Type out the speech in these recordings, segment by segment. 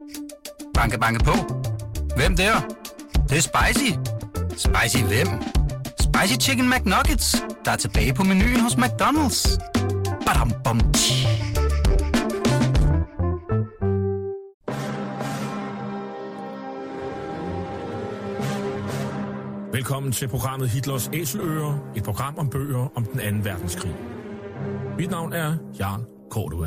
Banke, banke på. Hvem der? Det er spicy. Spicy hvem? Spicy Chicken McNuggets, der er tilbage på menuen hos McDonald's. Badum, bom, Velkommen til programmet Hitlers Æseløer, et program om bøger om den anden verdenskrig. Mit navn er Jarl Cordua.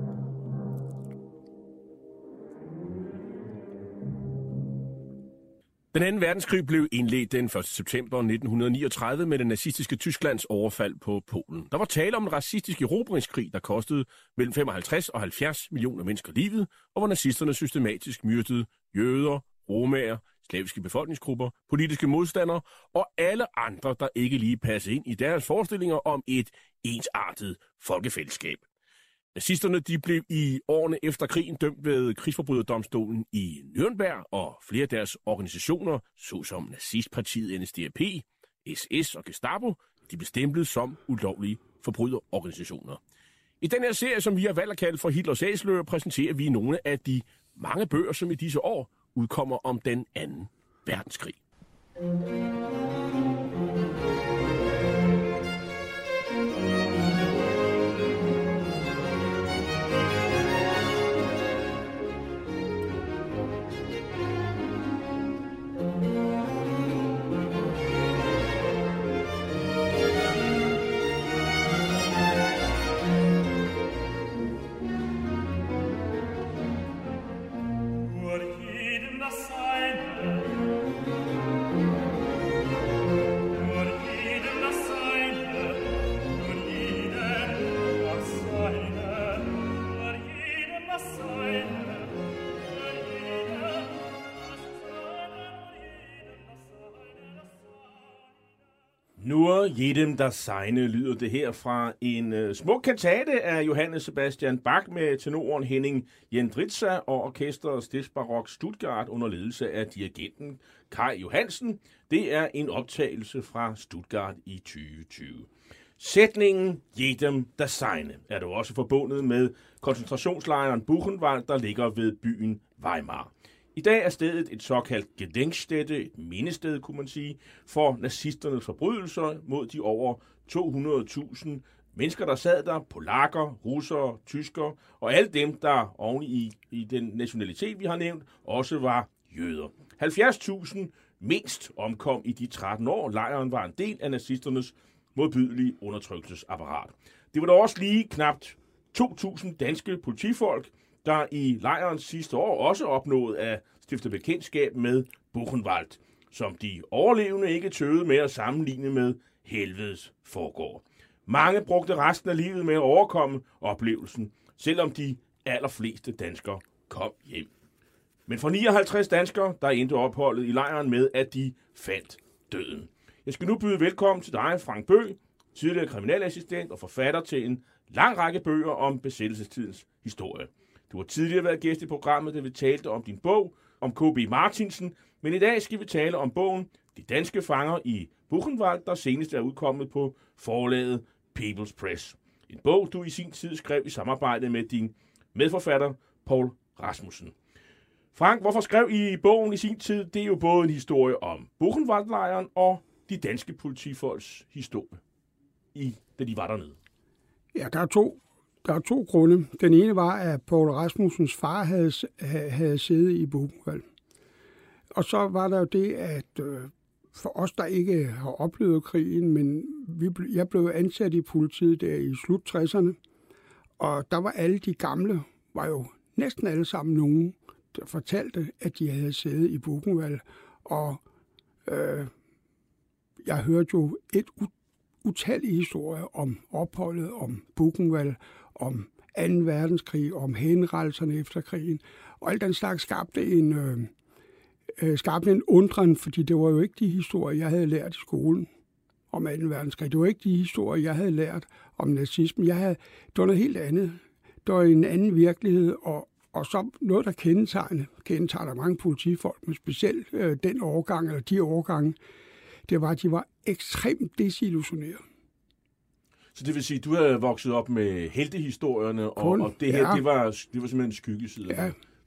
Den anden verdenskrig blev indledt den 1. september 1939 med det nazistiske Tysklands overfald på Polen. Der var tale om en racistisk erobringskrig, der kostede mellem 55 og 70 millioner mennesker livet, og hvor nazisterne systematisk myrdede jøder, romaer, slaviske befolkningsgrupper, politiske modstandere og alle andre, der ikke lige passede ind i deres forestillinger om et ensartet folkefællesskab. Nazisterne de blev i årene efter krigen dømt ved krigsforbryderdomstolen i Nürnberg, og flere af deres organisationer, såsom nazistpartiet NSDAP, SS og Gestapo, de blev stemplet som ulovlige forbryderorganisationer. I den her serie, som vi har valgt at kalde for Hitlers Æseløer, præsenterer vi nogle af de mange bøger, som i disse år udkommer om den anden verdenskrig. Nur jedem das Seine lyder det her fra en smuk kantate af Johannes Sebastian Bach med tenoren Henning Jendritsa og orkestret Stiftsbarok Stuttgart under ledelse af dirigenten Kai Johansen. Det er en optagelse fra Stuttgart i 2020. Sætningen jedem das Seine er dog også forbundet med koncentrationslejren Buchenwald, der ligger ved byen Weimar. I dag er stedet et såkaldt gedenkstätte, et mindested, kunne man sige, for nazisternes forbrydelser mod de over 200.000 mennesker, der sad der, polakker, russere, tyskere og alle dem, der oven i den nationalitet, vi har nævnt, også var jøder. 70.000 mindst omkom i de 13 år. Lejren var en del af nazisternes modbydelige undertrykkelsesapparat. Det var da også lige knapt 2.000 danske politifolk, der i lejrens sidste år også opnåede at stifte bekendtskab med Buchenwald, som de overlevende ikke tøvede med at sammenligne med helvedes forgård. Mange brugte resten af livet med at overkomme oplevelsen, selvom de allerfleste danskere kom hjem. Men for 59 danskere, der endte opholdet i lejren med, at de fandt døden. Jeg skal nu byde velkommen til dig, Frank Bøgh, tidligere kriminalassistent og forfatter til en lang række bøger om besættelsestidens historie. Du har tidligere været gæst i programmet, da vi talte om din bog om K.B. Martinsen, men i dag skal vi tale om bogen De danske fanger i Buchenwald, der senest er udkommet på forlaget People's Press. En bog, du i sin tid skrev i samarbejde med din medforfatter, Poul Rasmussen. Frank, hvorfor skrev I bogen i sin tid? Det er jo både en historie om Buchenwald-lejren og de danske politifolks historie, da de var dernede. Ja, der er to grunde. Den ene var, at Poul Rasmussens far havde siddet i Buchenwald. Og så var der jo det, at for os, der ikke har oplevet krigen, men jeg blev ansat i politiet der i slut 60'erne, og der var alle de gamle, var jo næsten alle sammen nogen, der fortalte, at de havde siddet i Buchenwald. Og jeg hørte jo et utallige historier om opholdet, om Buchenwald, om 2. verdenskrig, om henrettelserne efter krigen. Og alt den slags skabte en undren, fordi det var jo ikke de historier, jeg havde lært i skolen om 2. verdenskrig. Det var ikke de historier, jeg havde lært om nazismen. Det var noget helt andet. Det var en anden virkelighed, og så noget, der kendetegner mange politifolk, men specielt den årgang, eller de årgange, det var, at de var ekstremt desillusioneret. Så det vil sige, at du havde vokset op med heltehistorierne, og det her, det var simpelthen en skyggeside. Ja,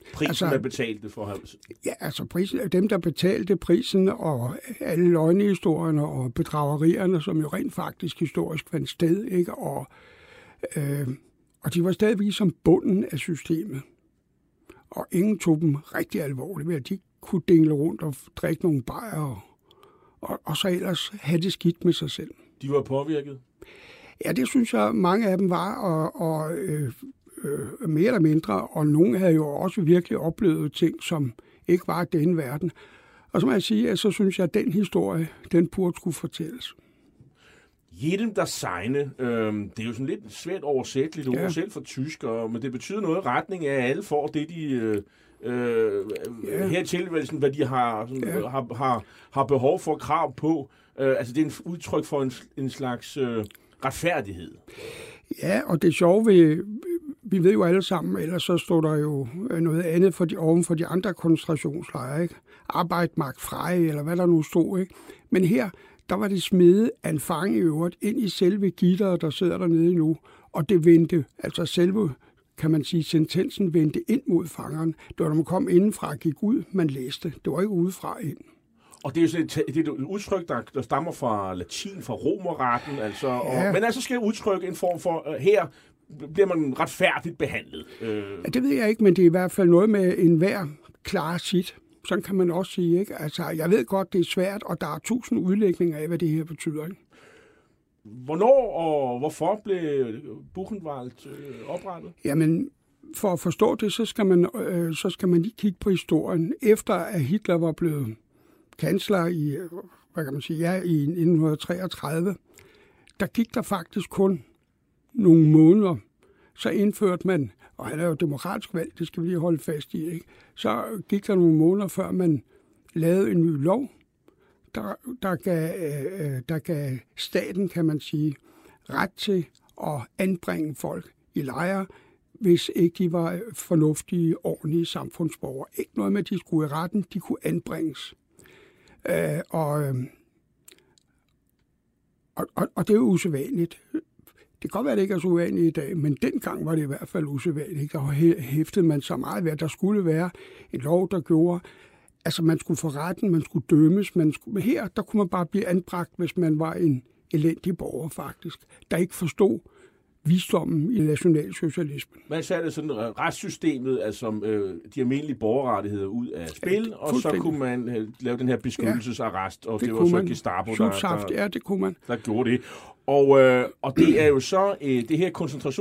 Prisen, man betalte for ham. Ja, altså dem, der betalte prisen, og alle løgnehistorierne og bedragerierne, som jo rent faktisk historisk fandt sted, ikke? Og de var stadigvæk som bunden af systemet. Og ingen tog dem rigtig alvorligt, ved at de kunne dingle rundt og drikke nogle bajer, og så ellers have det skidt med sig selv. De var påvirket? Ja, det synes jeg, mange af dem var, og mere eller mindre, og nogle havde jo også virkelig oplevet ting, som ikke var denne verden. Og så må jeg sige, at så synes jeg, at den historie, den burde skulle fortælles. Jedem der seine, det er jo sådan lidt svært oversætteligt ord, selv for tyskere, men det betyder noget i retning af, at alle får det, de her tilvælgelsen, hvad de har behov for, krav på. Altså det er en udtryk for en slags retfærdighed. Ja, og det sjove vi ved jo alle sammen, ellers så står der jo noget andet oven for de andre koncentrationslejre, ikke? Arbejde magt frei, eller hvad der nu stod, ikke? Men her, der var det smedet af en fange i øvrigt ind i selve gitteret, der sidder dernede nu, og det vendte, altså selve, kan man sige, sentensen vendte ind mod fangeren. Det var, når man kom indenfra og gik ud, man læste. Det var ikke udefra ind. Og det er jo sådan et udtryk, der stammer fra latin, fra romerretten, altså, ja. Men altså skal udtrykke en form for, her bliver man retfærdigt behandlet. Ja, det ved jeg ikke, men det er i hvert fald noget med enhver klar sit. Sådan kan man også sige, ikke? Altså, jeg ved godt, det er svært, og der er 1000 udlægninger af, hvad det her betyder, ikke? Hvornår og hvorfor blev Buchenwald oprettet? Jamen, for at forstå det, så skal man lige kigge på historien. Efter at Hitler var blevet kansler i 1933, der gik der faktisk kun nogle måneder. Så indførte man, og han er jo demokratisk valg, det skal vi lige holde fast i, ikke? Så gik der nogle måneder, før man lavede en ny lov, der gav staten, kan man sige, ret til at anbringe folk i lejre, hvis ikke de var fornuftige, ordentlige samfundsborgere. Ikke noget med, at de skulle i retten, de kunne anbringes. Og det er jo usædvanligt. Det kan godt være, at det ikke er så uvanligt i dag, men dengang var det i hvert fald usædvanligt. Der hæftede man så meget ved, at der skulle være en lov, der gjorde, altså man skulle få retten, man skulle dømmes, men her, der kunne man bare blive anbragt, hvis man var en elendig borger faktisk, der ikke forstod visdommen i nationalsocialismen. Man satte sådan retssystemet, altså de almindelige borgerrettigheder ud af spil, og så kunne man lave den her beskyttelsesarrest, og det var så Gestapo, det kunne man. Der gjorde det. Og det er jo så, det her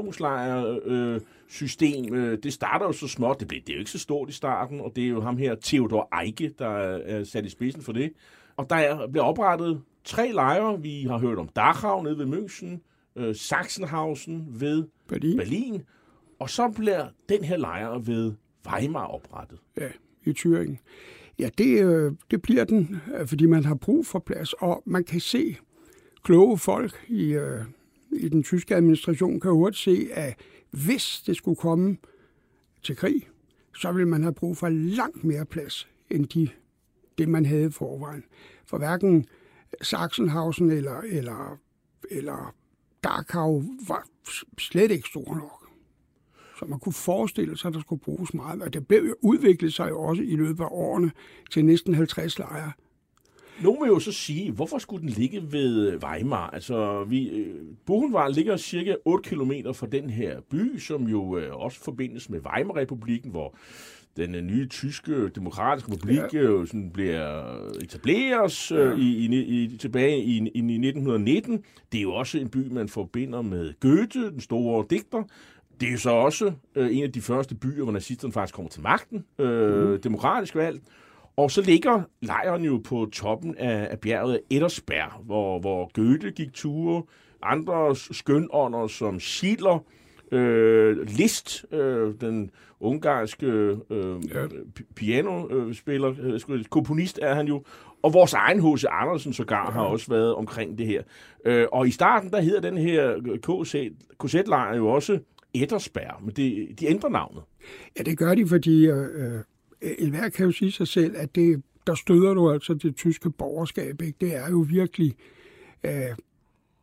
koncentrationslejre-system, det starter jo så småt, det er jo ikke så stort i starten, og det er jo ham her, Theodor Eicke, der er sat i spidsen for det. Og der bliver oprettet 3 lejre, vi har hørt om Dachau nede ved München, Sachsenhausen ved Berlin, og så bliver den her lejr ved Weimar oprettet. Ja, i Thüringen. Ja, det bliver den, fordi man har brug for plads, og man kan se, kloge folk i den tyske administration kan hurtigt se, at hvis det skulle komme til krig, så vil man have brug for langt mere plads, end det man havde i forvejen. For hverken Sachsenhausen eller Dachau var slet ikke stor nok. Så man kunne forestille sig, at der skulle bruges meget. Og det blev udviklet sig jo også i løbet af årene til næsten 50 lejre. Nogle vil jo så sige, hvorfor skulle den ligge ved Weimar? Altså, Buchenwald ligger cirka 8 kilometer fra den her by, som jo også forbindes med Weimar-republikken, hvor den nye tyske demokratiske republik sådan bliver etableret tilbage i 1919. Det er jo også en by, man forbinder med Goethe, den store digter. Det er jo så også en af de første byer, hvor nazisterne faktisk kommer til magten, demokratisk valgt. Og så ligger lejren jo på toppen af bjerget Ettersberg, hvor Goethe gik ture, andre skønånder som Schiller, Liszt, den ungarske pianospiller, komponist er han jo, og vores egen H.C. Andersen sågar har også været omkring det her. Og i starten, der hedder den her KZ-lejr jo også Ettersberg, men de ændrer navnet. Ja, det gør de, fordi enhver kan jo sige sig selv, at der støder du altså det tyske borgerskab, ikke? Det er jo virkelig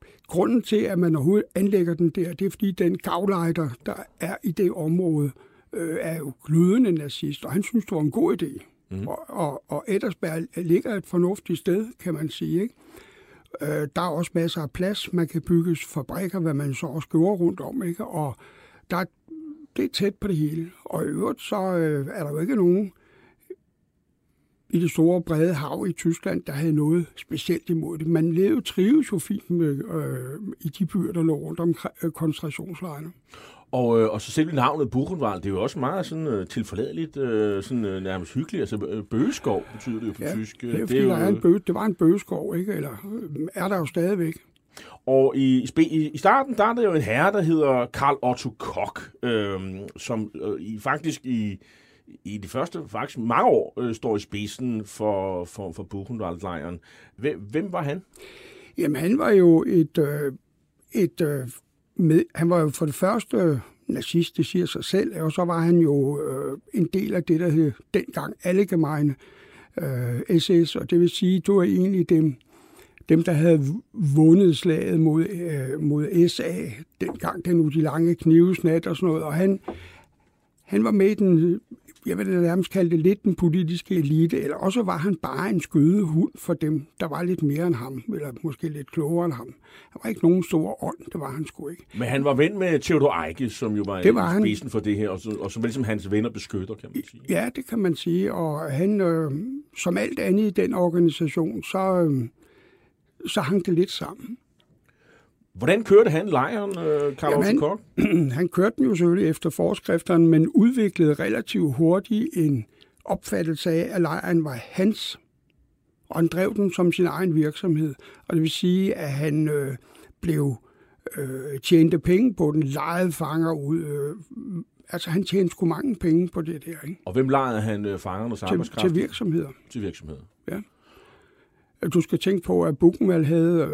grunden til, at man overhovedet anlægger den der, det er fordi den gauleiter, der er i det område, er jo glødende nazist, og han synes, det var en god idé. Og Edersberg ligger et fornuftigt sted, kan man sige, ikke? Der er også masser af plads, man kan bygge fabrikker, hvad man så også gjorde rundt om, ikke? Og det er tæt på det hele. Og i øvrigt så er der jo ikke nogen i det store, brede hav i Tyskland, der havde noget specielt imod det. Man trives jo fint i de byer, der lå rundt om koncentrationslejrene. Og så selv navnet Buchenwald, det er jo også meget sådan tilforladeligt, sådan nærmest hyggeligt. Altså bøgeskov betyder det jo på tysk. Det er fordi, det var en bøgeskov, ikke? Eller er der jo stadigvæk. Og i starten, der er der jo en herre, der hedder Karl Otto Koch, som faktisk i de første mange år står i spidsen for Buchenwald-lejren. Hvem var han? Jamen, han var jo han var jo for det første nazist, det siger sig selv, og så var han jo en del af det, der hed dengang Allgemeine SS, og det vil sige, det var egentlig dem, der havde vundet slaget mod SA, dengang den de lange knivesnat og sådan noget, og han var med i den, jeg vil nærmest kalde det lidt den politiske elite, eller også var han bare en skødehund for dem, der var lidt mere end ham, eller måske lidt klogere end ham. Han var ikke nogen stor ånd, det var han sgu ikke. Men han var ven med Theodor Eicke, som jo var i spidsen for det her, og som ligesom hans venner beskytter, kan man sige. Ja, det kan man sige, og han, som alt andet i den organisation, så hang det lidt sammen. Hvordan kørte han lejren, Karl Otto Koch? Han kørte den jo selvfølgelig efter forskrifterne, men udviklede relativt hurtigt en opfattelse af, at lejren var hans, og han drev den som sin egen virksomhed. Og det vil sige, at han tjente penge på den, lejede fanger ud. Altså han tjente sgu mange penge på det der, ikke? Og hvem lejede han fangernes arbejdskraft? Til virksomheder. Til virksomheder. Ja. Du skal tænke på, at Buchenwald havde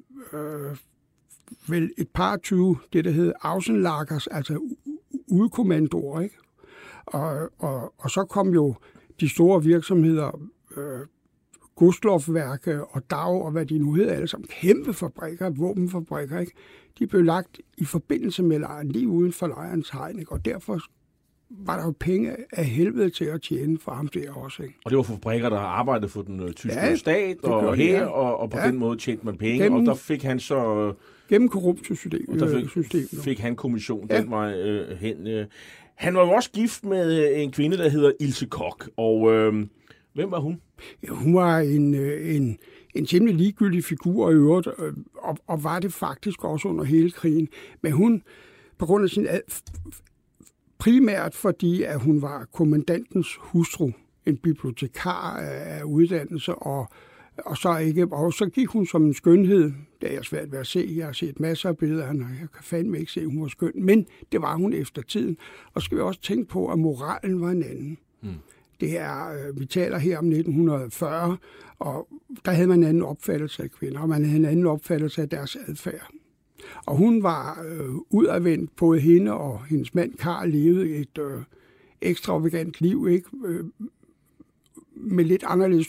vel et par 20, det der hed Außenlagers, altså udkommandoer, ikke? Og så kom jo de store virksomheder, Gustloff-værke og Dau, og hvad de nu hedder, alle sammen kæmpe fabrikker, våbenfabrikker, ikke? De blev lagt i forbindelse med lejren lige uden for lejrens hegn, ikke? Og derfor var der jo penge af helvede til at tjene for ham der også, ikke? Og det var fabrikker, der arbejdede for den tyske stat og her, og på den måde tjente man penge, og der fik han så... Gennem korrupt system. Og der fik han kommission den vej hen. Han var jo også gift med en kvinde, der hedder Ilse Koch, og hvem var hun? Ja, hun var en temmelig ligegyldig figur i øvrigt, og var det faktisk også under hele krigen. Men hun, på grund af sin primært fordi, at hun var kommandantens hustru, en bibliotekar af uddannelse, og så gik hun som en skønhed. Det er svært ved at se. Jeg har set masser af billeder af hende, og jeg kan fandme ikke se, at hun var skøn. Men det var hun efter tiden. Og skal vi også tænke på, at moralen var en anden. Det er, vi taler her om 1940, og der havde man en anden opfattelse af kvinder, og man havde en anden opfattelse af deres adfærd. Og hun var udadvendt, både hende og hendes mand Karl levede et ekstravagant liv, ikke? Med lidt anderledes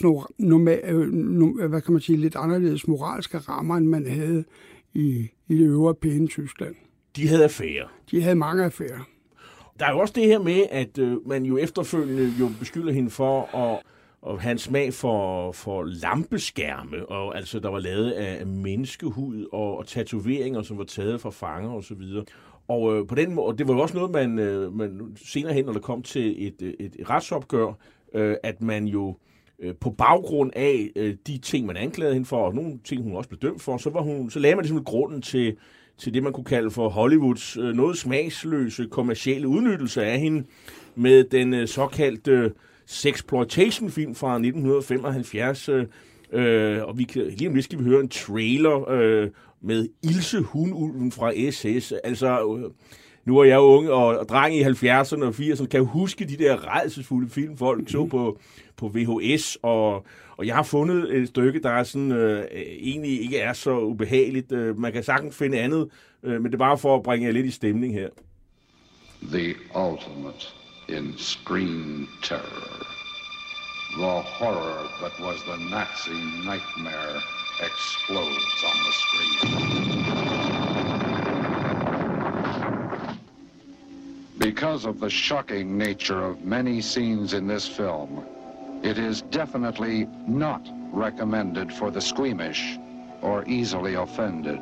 lidt anderledes moralske rammer, end man havde i det øvre pæne Tyskland. De havde affærer. De havde mange affærer. Der er jo også det her med, at man jo efterfølgende jo beskylder hende for at have en smag for lampeskærme, og altså der var lavet af menneskehud og tatoveringer, som var taget fra fanger og så videre. Og på den måde, det var jo også noget, man senere hen, når der kom til et retsopgør, at man jo på baggrund af de ting, man anklagede hende for, og nogle ting, hun også blev dømt for, så lagde man ligesom grunden til det, man kunne kalde for Hollywoods noget smagsløse kommercielle udnyttelse af hende med den såkaldte sexploitation-film fra 1975. Og lige om lidt skal vi høre en trailer med Ilse Hunulven fra SS. Altså, nu er jeg ung og dreng i 70'erne og 80'erne, kan jeg huske de der rædselsfulde film, folk så på VHS, og jeg har fundet et stykke, der er sådan, egentlig ikke er så ubehageligt. Man kan sagtens finde andet, men det er bare for at bringe jer lidt i stemning her. The ultimate in screen terror. The horror that was the Nazi nightmare explodes on the screen. Because of the shocking nature of many scenes in this film, it is definitely not recommended for the squeamish or easily offended.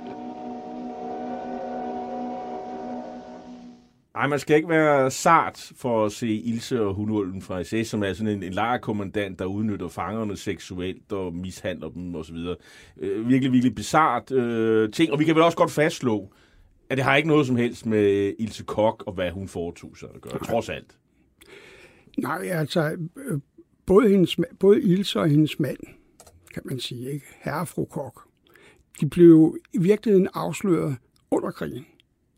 Ej, man skal ikke være sart for at se Ilse og Hunulven fra SS, som er sådan en lejrkommandant, der udnytter fangerne seksuelt og mishandler dem osv. Virkelig, virkelig bizart ting. Og vi kan vel også godt fastslå, at det har ikke noget som helst med Ilse Koch og hvad hun foretog sig at gøre, trods alt. Nej, altså, både Ilse og hendes mand, kan man sige, ikke? Herre og fru Koch, de blev i virkeligheden afsløret under krigen.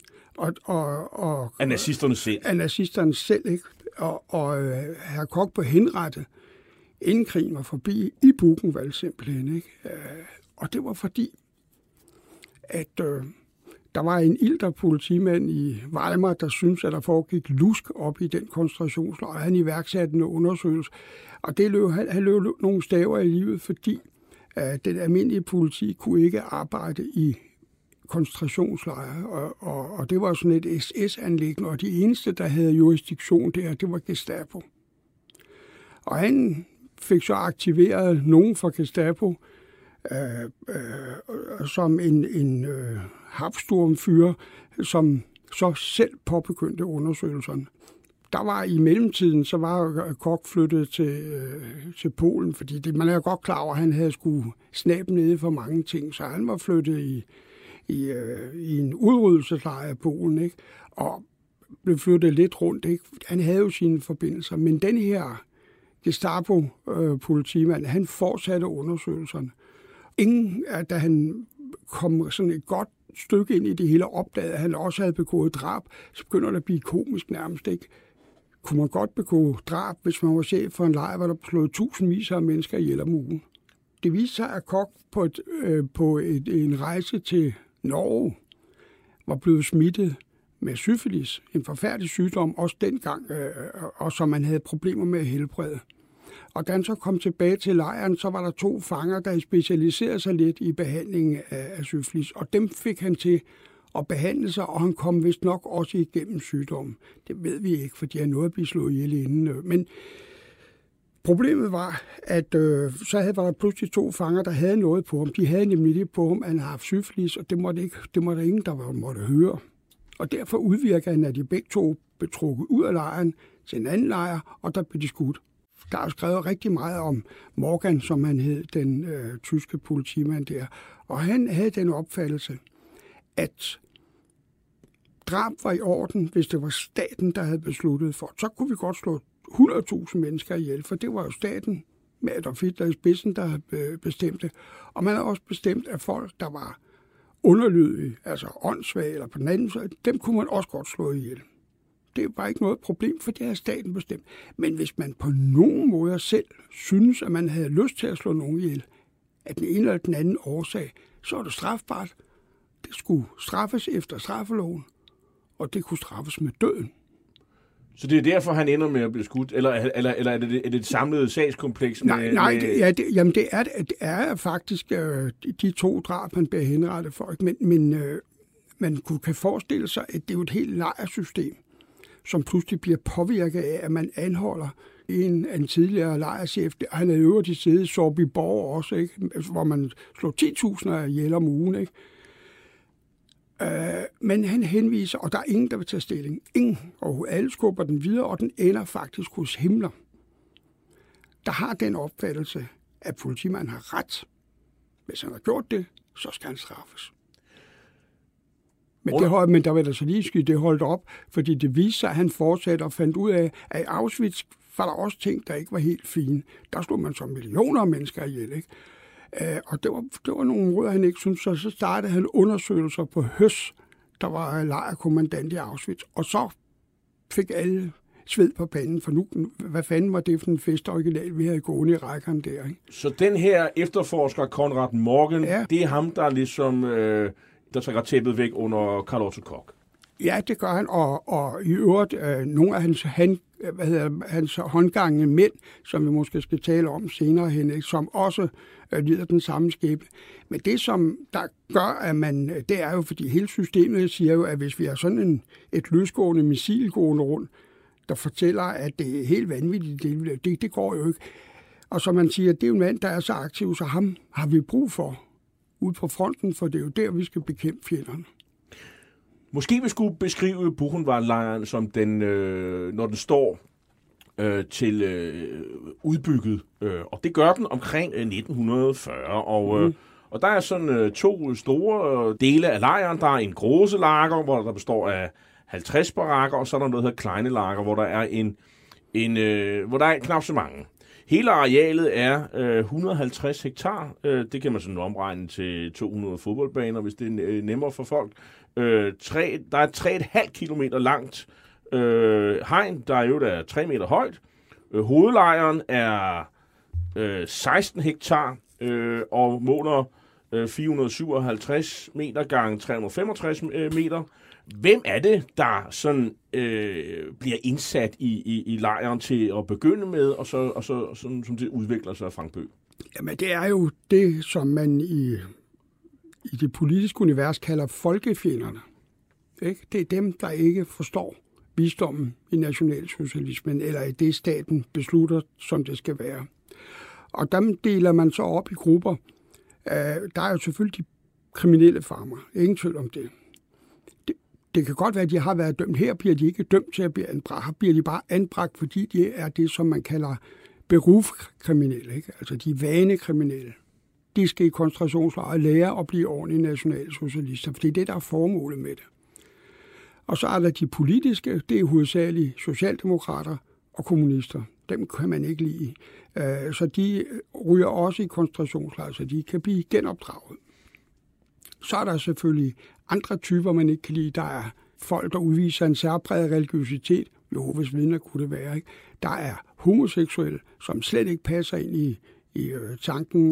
Og af nazisterne selv. Af nazisterne selv, ikke? Og herre Koch blev henrettet, inden krigen var forbi, i Buchenwald simpelthen, ikke? Og det var fordi, at der var en ilter politimand i Weimar, der syntes, at der foregik lusk op i den koncentrationslejr, og han iværksatte en undersøgelse. Og han løb nogle staver i livet, fordi den almindelige politi kunne ikke arbejde i koncentrationslejre, og det var sådan et SS-anliggende, og de eneste, der havde jurisdiktion der, det var Gestapo. Og han fik så aktiveret nogen fra Gestapo, som en Habsturmführer, som så selv påbegyndte undersøgelserne. Der var i mellemtiden, så var Koch flyttet til Polen, fordi man er godt klar over, at han havde skulle snabe nede for mange ting, så han var flyttet i en udryddelseslejr af Polen, ikke? Og blev flyttet lidt rundt, ikke? Han havde jo sine forbindelser, men den her Gestapo-politimand, han fortsatte undersøgelserne. Da han kom sådan et godt stykke ind i det hele, opdagede, at han også havde begået drab, så begynder det at blive komisk nærmest, ikke? Kunne man godt begå drab, hvis man var chef for en lejr, hvor der slået tusindvis af mennesker ihjel om ugen? Det viste sig, at Koch på en rejse til Norge var blevet smittet med syfilis, en forfærdelig sygdom, også dengang, og som man havde problemer med at helbrede. Og da han så kom tilbage til lejren, så var der 2 fanger, der specialiserede sig lidt i behandlingen af syfilis, og dem fik han til at behandle sig, og han kom vist nok også igennem sygdommen. Det ved vi ikke, for de har noget at blive slået ihjel inden. Men problemet var, at så var der pludselig 2 fanger, der havde noget på ham. De havde nemlig det på ham, at han havde haft syfilis, og det måtte ingen, der måtte høre. Og derfor udvirker han, at de begge 2 blev trukket ud af lejren til en anden lejr, og der blev de skudt. Der er skrevet rigtig meget om Morgan, som han hed, den tyske politimand der. Og han havde den opfattelse, at drab var i orden, hvis det var staten, der havde besluttet for. Så kunne vi godt slå 100.000 mennesker ihjel, for det var jo staten med Adolf Hitler i spidsen, der havde bestemt det. Og man havde også bestemt, at folk, der var underlydige, altså åndssvage eller på den anden side, dem kunne man også godt slå ihjel. Det var ikke noget problem, for det havde staten bestemt. Men hvis man på nogen måde selv synes, at man havde lyst til at slå nogen ihjel, af den ene eller den anden årsag, så var det strafbart. Det skulle straffes efter straffeloven, og det kunne straffes med døden. Så det er derfor, han ender med at blive skudt? Eller er det et samlet sagskompleks? Det er faktisk de 2 drab, han bliver henrettet for. Men man kan forestille sig, at det er jo et helt lejrsystem, som pludselig bliver påvirket af, at man anholder en tidligere lejrchef. Han er øvrigt i sæde i Sorbiborg også, ikke? Hvor man slår 10.000 ihjel om ugen, ikke? Men han henviser, og der er ingen, der vil tage stilling. Ingen. Og alle skubber den videre, og den ender faktisk hos Himmler. Der har den opfattelse, at politimanden har ret. Hvis han har gjort det, så skal han straffes. Men der var der så lige skyde, det holdt op, fordi det viste sig, at han fortsatte og fandt ud af, at i Auschwitz var der også ting, der ikke var helt fine. Der slog man så millioner af mennesker ihjel, ikke? Og det var nogle måder, han ikke syntes. Så startede han undersøgelser på Høs, der var lejrkommandant i Auschwitz. Og så fik alle sved på panden, for nu, hvad fanden var det for en festoriginal, vi havde gående i rækkerne der, ikke? Så den her efterforsker, Konrad Morgan, ja. Det er ham, der ligesom der trækker tæppet væk under Carl Otto Koch? Ja, det gør han, og i øvrigt nogle af hans håndgangende mænd, som vi måske skal tale om senere hen, som også lider den samme skæbne. Men det, som der gør, at det er jo, fordi hele systemet siger jo, at hvis vi har sådan et løsgående missil gående rundt, der fortæller, at det er helt vanvittigt, det går jo ikke. Og som man siger, det er jo en mand, der er så aktiv, så ham har vi brug for ude på fronten, for det er jo der, vi skal bekæmpe fjenderne. Måske vi skulle beskrive Buchenwald-lejren som den, når den står til udbygget, og det gør den omkring 1940, og der er sådan to store dele af lejren. Der er en Große-Lager, hvor der består af 50 barakker, og så er der noget, der hedder Kleine Lager, hvor der er hvor der er knap så mange. Hele arealet er 150 hektar. Det kan man sådan omregne til 200 fodboldbaner, hvis det er nemmere for folk. Der er 3,5 kilometer langt hegn, der jo er 3 meter højt. Hovedlejren er 16 hektar og måler 457 meter gange 365 meter. Hvem er det, der sådan bliver indsat i lejren til at begynde med, og så sådan, som det udvikler sig, Frank Bøgh? Jamen, det er jo det, som man i det politiske univers kalder folkefjenderne. Ikke? Det er dem, der ikke forstår visdommen i nationalsocialismen, eller i det, staten beslutter, som det skal være. Og dem deler man så op i grupper. Der er jo selvfølgelig de kriminelle fanger. Ingen tvivl om det. Det kan godt være, at de har været dømt. Her bliver de ikke dømt til at blive anbragt. Her bliver de bare anbragt, fordi de er det, som man kalder berufskriminelle. Ikke? Altså de vanekriminelle. De skal i koncentrationslejre lære at blive ordentlige nationalsocialister, for det er det, der er formålet med det. Og så er der de politiske, det er hovedsageligt socialdemokrater og kommunister. Dem kan man ikke lide. Så de ryger også i koncentrationslejre, så de kan blive genopdraget. Så er der selvfølgelig andre typer, man ikke kan lide. Der er folk, der udviser en særpræget religiøsitet. Jehovas vidner kunne det være. Ikke? Der er homoseksuelle, som slet ikke passer ind i tanken,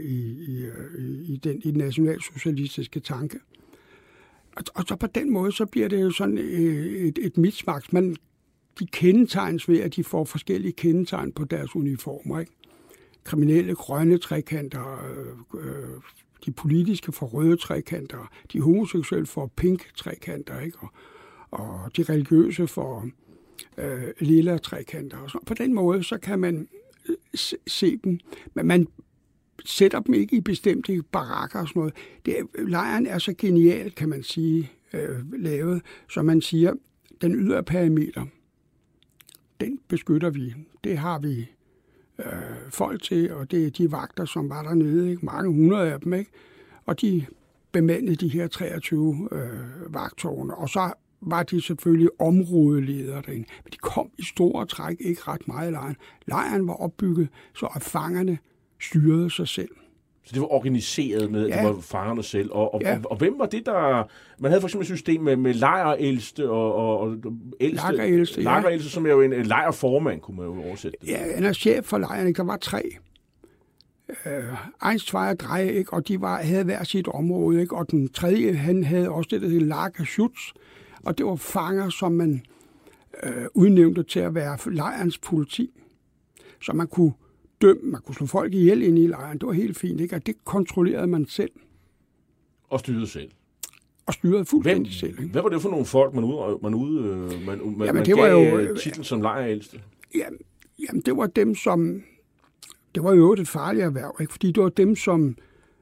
i den nationalsocialistiske tanke. Og så på den måde, så bliver det jo sådan et mismaks. De kendetegnes ved, at de får forskellige kendetegn på deres uniformer. Ikke? Kriminelle grønne trekanter, de politiske får røde trekanter, de homoseksuelle får pink trekanter, ikke? Og de religiøse får lilla trekanter. Og så. På den måde, så kan man se dem, men man sætter dem ikke i bestemte barakker og sådan noget. Lejren er så genial, kan man sige, lavet, så man siger, den ydre perimeter, den beskytter vi. Det har vi folk til, og det er de vagter, som var dernede, ikke? Mange hundrede af dem, ikke? Og de bemandede de her 23 vagtårne, og så var de selvfølgelig områdeledere derinde. Men de kom i store træk ikke ret meget i lejren. Lejren var opbygget, så at fangerne styrede sig selv. Så det var organiseret med, at det var fangerne selv. Og hvem var det, der... Man havde for eksempel et system med lejrældste og ældste. Lejrældste, som er jo en lejrformand, kunne man jo oversætte det. Ja, han er chef for lejren. Der var 3. 1, 2 og 3, ikke? Og de havde hver sit område. Ikke? Og den 3. han havde også det, der hed Lagerschutz. Og det var fanger, som man udnævnte til at være lejrens politi. Så man kunne man kunne slå folk ihjel inde i lejren. Det var helt fint, ikke? Og det kontrollerede man selv. Og styrede selv. Og styrede fuldstændig selv. Ikke? Hvad var det for nogle folk, man gav titlen som lejrældste? Jamen, det var dem, som... Det var jo et farligt erhverv, ikke? Fordi det var dem, som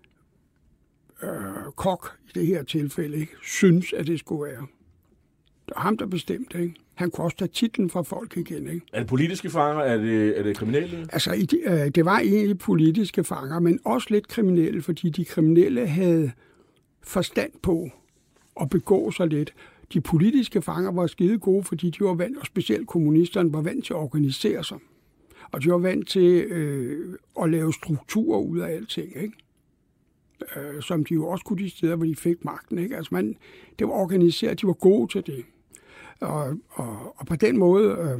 Koch i det her tilfælde ikke synes, at det skulle være. Det var ham, der bestemte, ikke? Han kunne også tage titlen fra folk igen, ikke? Er det politiske fanger? Er det kriminelle? Altså, det var egentlig politiske fanger, men også lidt kriminelle, fordi de kriminelle havde forstand på at begå sig lidt. De politiske fanger var skide gode, fordi de var vant, og specielt kommunisterne var vant til at organisere sig. Og de var vant til at lave strukturer ud af alting, ikke? Som de jo også kunne de steder, hvor de fik magten, ikke? Altså det var organiseret, de var gode til det. Og på den måde,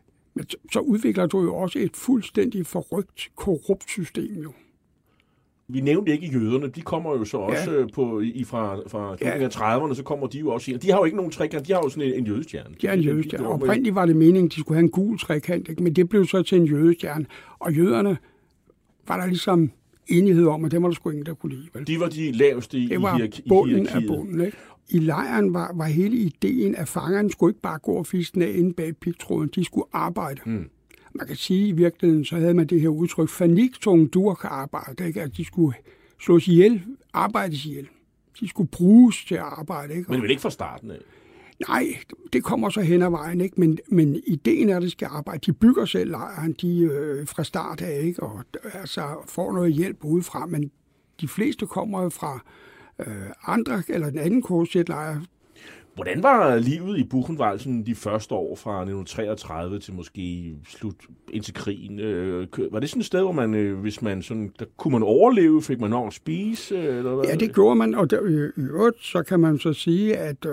så udvikler du jo også et fuldstændig forrygt, korrupt system jo. vi nævnte ikke jøderne, de kommer jo så også fra 30'erne, så kommer de jo også ind. De har jo ikke nogen trekant, de har jo sådan en jødestjerne. De har en jødestjerne. Oprindeligt var det meningen, de skulle have en gul trekant, ikke? Men det blev så til en jødestjerne. Og jøderne var der ligesom enighed om, at dem var der sgu ingen, der kunne lide. Vel? De var de laveste i hierarkiet. Det var bunden af bunden, ikke? I lejren var hele ideen, at fangerne skulle ikke bare gå og fiske af inde bag pigtråden, de skulle arbejde. Man kan sige, at i virkeligheden, så havde man det her udtryk, faniktunge duer kan arbejde, ikke? At de skulle slås ihjel, arbejdes ihjel. De skulle bruges til at arbejde, ikke? Men vel ikke fra starten af? Nej, det kommer så hen ad vejen, ikke? Men ideen er, at de skal arbejde. De bygger selv lejren, fra start af, ikke? Og altså får noget hjælp udefra, men de fleste kommer jo fra andre, eller den anden KZ-lejr. Hvordan var livet i Buchenwald sådan de første år fra 1933 til måske slut indtil krigen? Var det sådan et sted, hvor man, hvis man sådan, der kunne man overleve, fik man nok at spise? Eller hvad? Ja, det gjorde man, og i øvrigt, så kan man så sige, at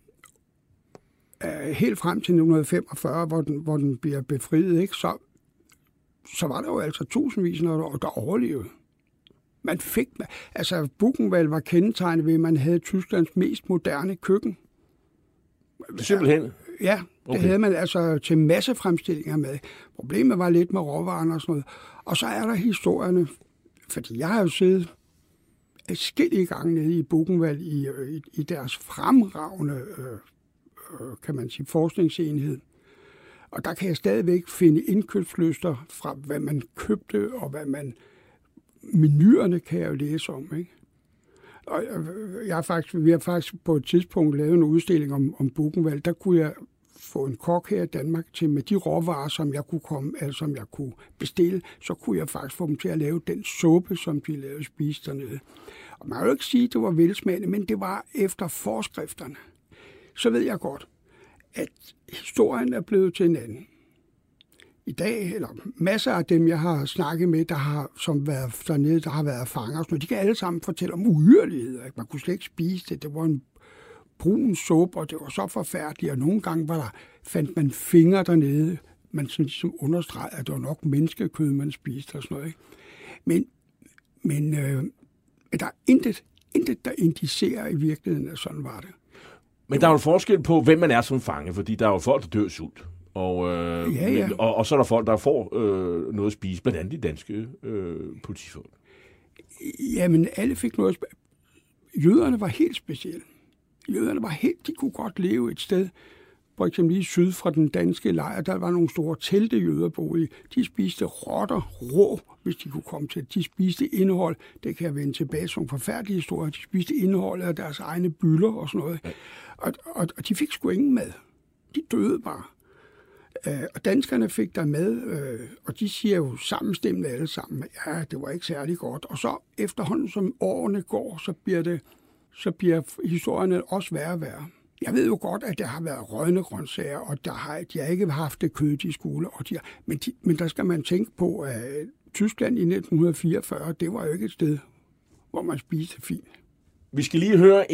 helt frem til 1945, hvor den bliver befriet, ikke, så var der jo altså tusindvis, der overlevede. Man fik, altså Buchenwald var kendetegnet ved, at man havde Tysklands mest moderne køkken. Simpelthen? Ja, det havde man altså til massefremstillinger med. Problemet var lidt med råvarerne og sådan noget. Og så er der historierne, fordi jeg har jo siddet adskillige gange nede i Buchenwald i deres fremragende, kan man sige, forskningsenhed. Og der kan jeg stadigvæk finde indkøbslyster fra, hvad man købte, og hvad man... Menuerne kan jeg jo læse om, ikke? Og vi har faktisk på et tidspunkt lavet en udstilling om Buchenwald. Der kunne jeg få en kok her i Danmark til med de råvarer, som jeg kunne bestille, så kunne jeg faktisk få dem til at lave den suppe, som de lavede spise dernede. Og man kan jo ikke sige, at det var velsmagende, men det var efter forskrifterne. Så ved jeg godt, at historien er blevet til en anden. I dag, eller masser af dem, jeg har snakket med, som været dernede, der har været fanger, så de kan alle sammen fortælle om uhyrligheder. Man kunne slet ikke spise det. Det var en brun suppe, og det var så forfærdeligt. Og nogle gange fandt man fingre dernede. Man sådan ligesom understregede, at det var nok menneskekød, man spiste og sådan noget. Ikke? Men der er intet, der indicerer i virkeligheden, at sådan var det. Men der er jo forskel på, hvem man er som fange, fordi der er jo folk, der dør sult. Og så er der folk, der får noget at spise, blandt andet de danske politifolk. Jamen, alle fik noget at Jøderne var helt specielle. De kunne godt leve et sted, for eksempel lige syd fra den danske lejr, der var nogle store telte jøder boede i. De spiste rotter rå, hvis de kunne komme til. De spiste indhold, det kan jeg vende tilbage som forfærdelige historier, de spiste indhold af deres egne byller og sådan noget. Ja. Og de fik sgu ingen mad. De døde bare. Og danskerne fik der med, og de siger jo sammenstemmende alle sammen, ja, det var ikke særlig godt. Og så efterhånden, som årene går, så bliver historierne også værre og værre. Jeg ved jo godt, at der har været rådne grøntsager, og de har ikke haft det kød i skole. Men der skal man tænke på, at Tyskland i 1944, det var jo ikke et sted, hvor man spiste fint. Vi skal lige høre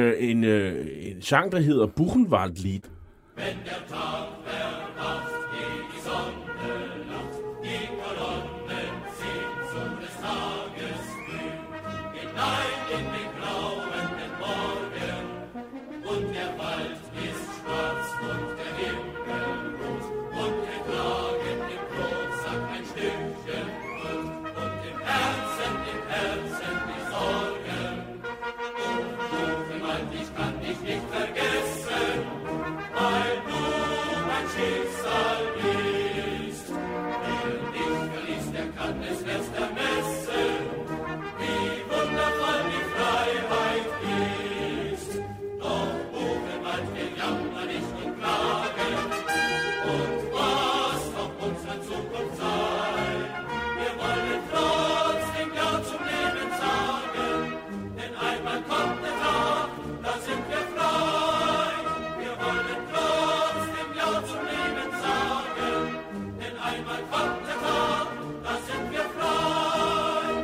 en sang, der hedder Buchenwald-Lied. Wenn der Tag verwacht, geht die Sonne lacht, die Kolonnen ziehen zu des Tages früh, hinein in den grauenden Morgen, und der Wald ist schwarz und der Himmel rot, und kein Klagen im Brotsack ein Stückchen Brot, und im Herzen die Sorgen. Und Buchenwald, ich kann dich nicht vergessen, weil du mein Schicksal bist. Wer dich verliest, der kann es erst ermessen, wie wundervoll die Freiheit ist. Doch Buchenwald, wir jammern nicht und klagen, und was auch unsere Zukunft sei, wir wollen trotzdem Ja zum Leben sagen, denn einmal kommt der Tag, da sind wir frei. Wir wollen trotzdem Ja zum Leben sagen, denn einmal kommt der Tag, da sind wir frei.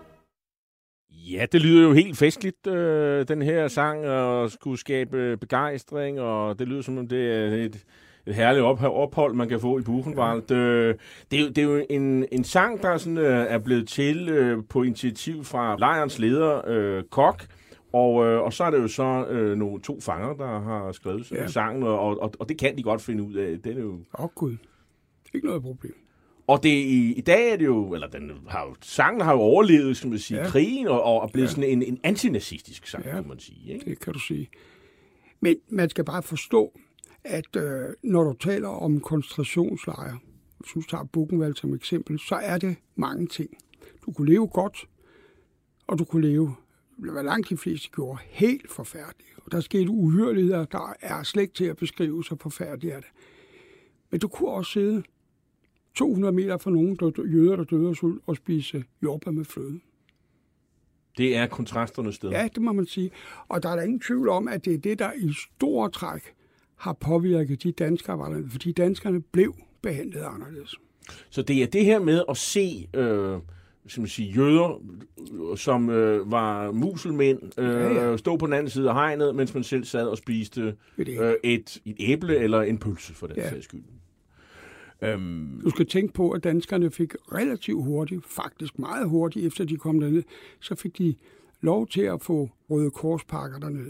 Ja, det lyder jo helt festligt, den her sang, og skulle skabe begejstring, og det lyder som om det er herligt ophold, man kan få i Buchenwald. Det er jo en sang, der sådan, er blevet til på initiativ fra lejrens leder, Koch. Og så er det jo så 2 fanger, der har skrevet sangen, og det kan de godt finde ud af. Den er jo... Gud. Ikke noget problem. Og det i dag er det jo, eller sangen har jo overlevet, skal man sige, krigen, og blevet sådan en antinazistisk sang, kan man sige. Ikke? Det kan du sige. Men man skal bare forstå, at når du taler om koncentrationslejre, hvis du tager Buchenwald som eksempel, så er det mange ting. Du kunne leve godt, og du kunne leve, hvad langt de fleste gjorde, helt forfærdeligt. Og der skete uhyrligheder, der er slet ikke til at beskrive, så forfærdeligt er det. Men du kunne også sidde 200 meter fra nogle jøder, der døde af sult, og spise jordbær med fløde. Det er kontrasternes sted. Ja, det må man sige. Og der er der ingen tvivl om, at det er det, der i store træk har påvirket de danskere, var der, fordi danskerne blev behandlet anderledes. Så det er det her med at se jøder, som var muselmænd, stå på den anden side af hegnet, mens man selv sad og spiste et æble eller en pølse, for den sags skyld. Du skal tænke på, at danskerne fik relativt hurtigt, faktisk meget hurtigt, efter de kom derned, så fik de lov til at få Røde Korspakker dernede.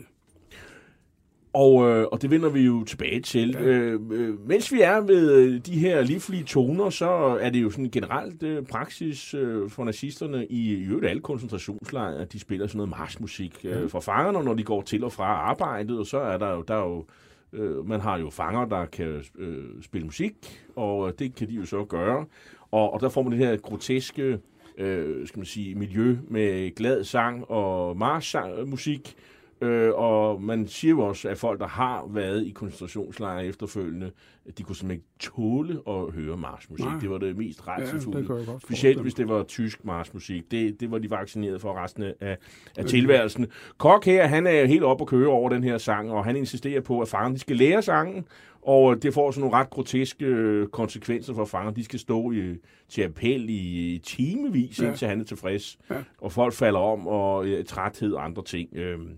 Og det vender vi jo tilbage til. Ja. Mens vi er ved de her livlige toner, så er det jo sådan generelt praksis for nazisterne i øvrigt alle koncentrationslejre, at de spiller sådan noget marchmusik for fangerne, når de går til og fra arbejdet, og så er der jo man har jo fanger, der kan spille musik, og det kan de jo så gøre. Og der får man det her groteske miljø med glad sang og marchmusik. Og man siger jo også, at folk, der har været i koncentrationslejre efterfølgende, de kunne simpelthen ikke tåle at høre marchmusik. Det var det mest rædselsfulde. Specielt hvis det var tysk marchmusik. Det var de vaccineret for resten af tilværelsen. Koch her, han er helt oppe at køre over den her sang, og han insisterer på, at fangerne skal lære sangen, og det får sådan nogle ret groteske konsekvenser for fangerne. De skal stå til appel i timevis, indtil han er tilfreds. Ja. Og folk falder om, og træthed og andre ting.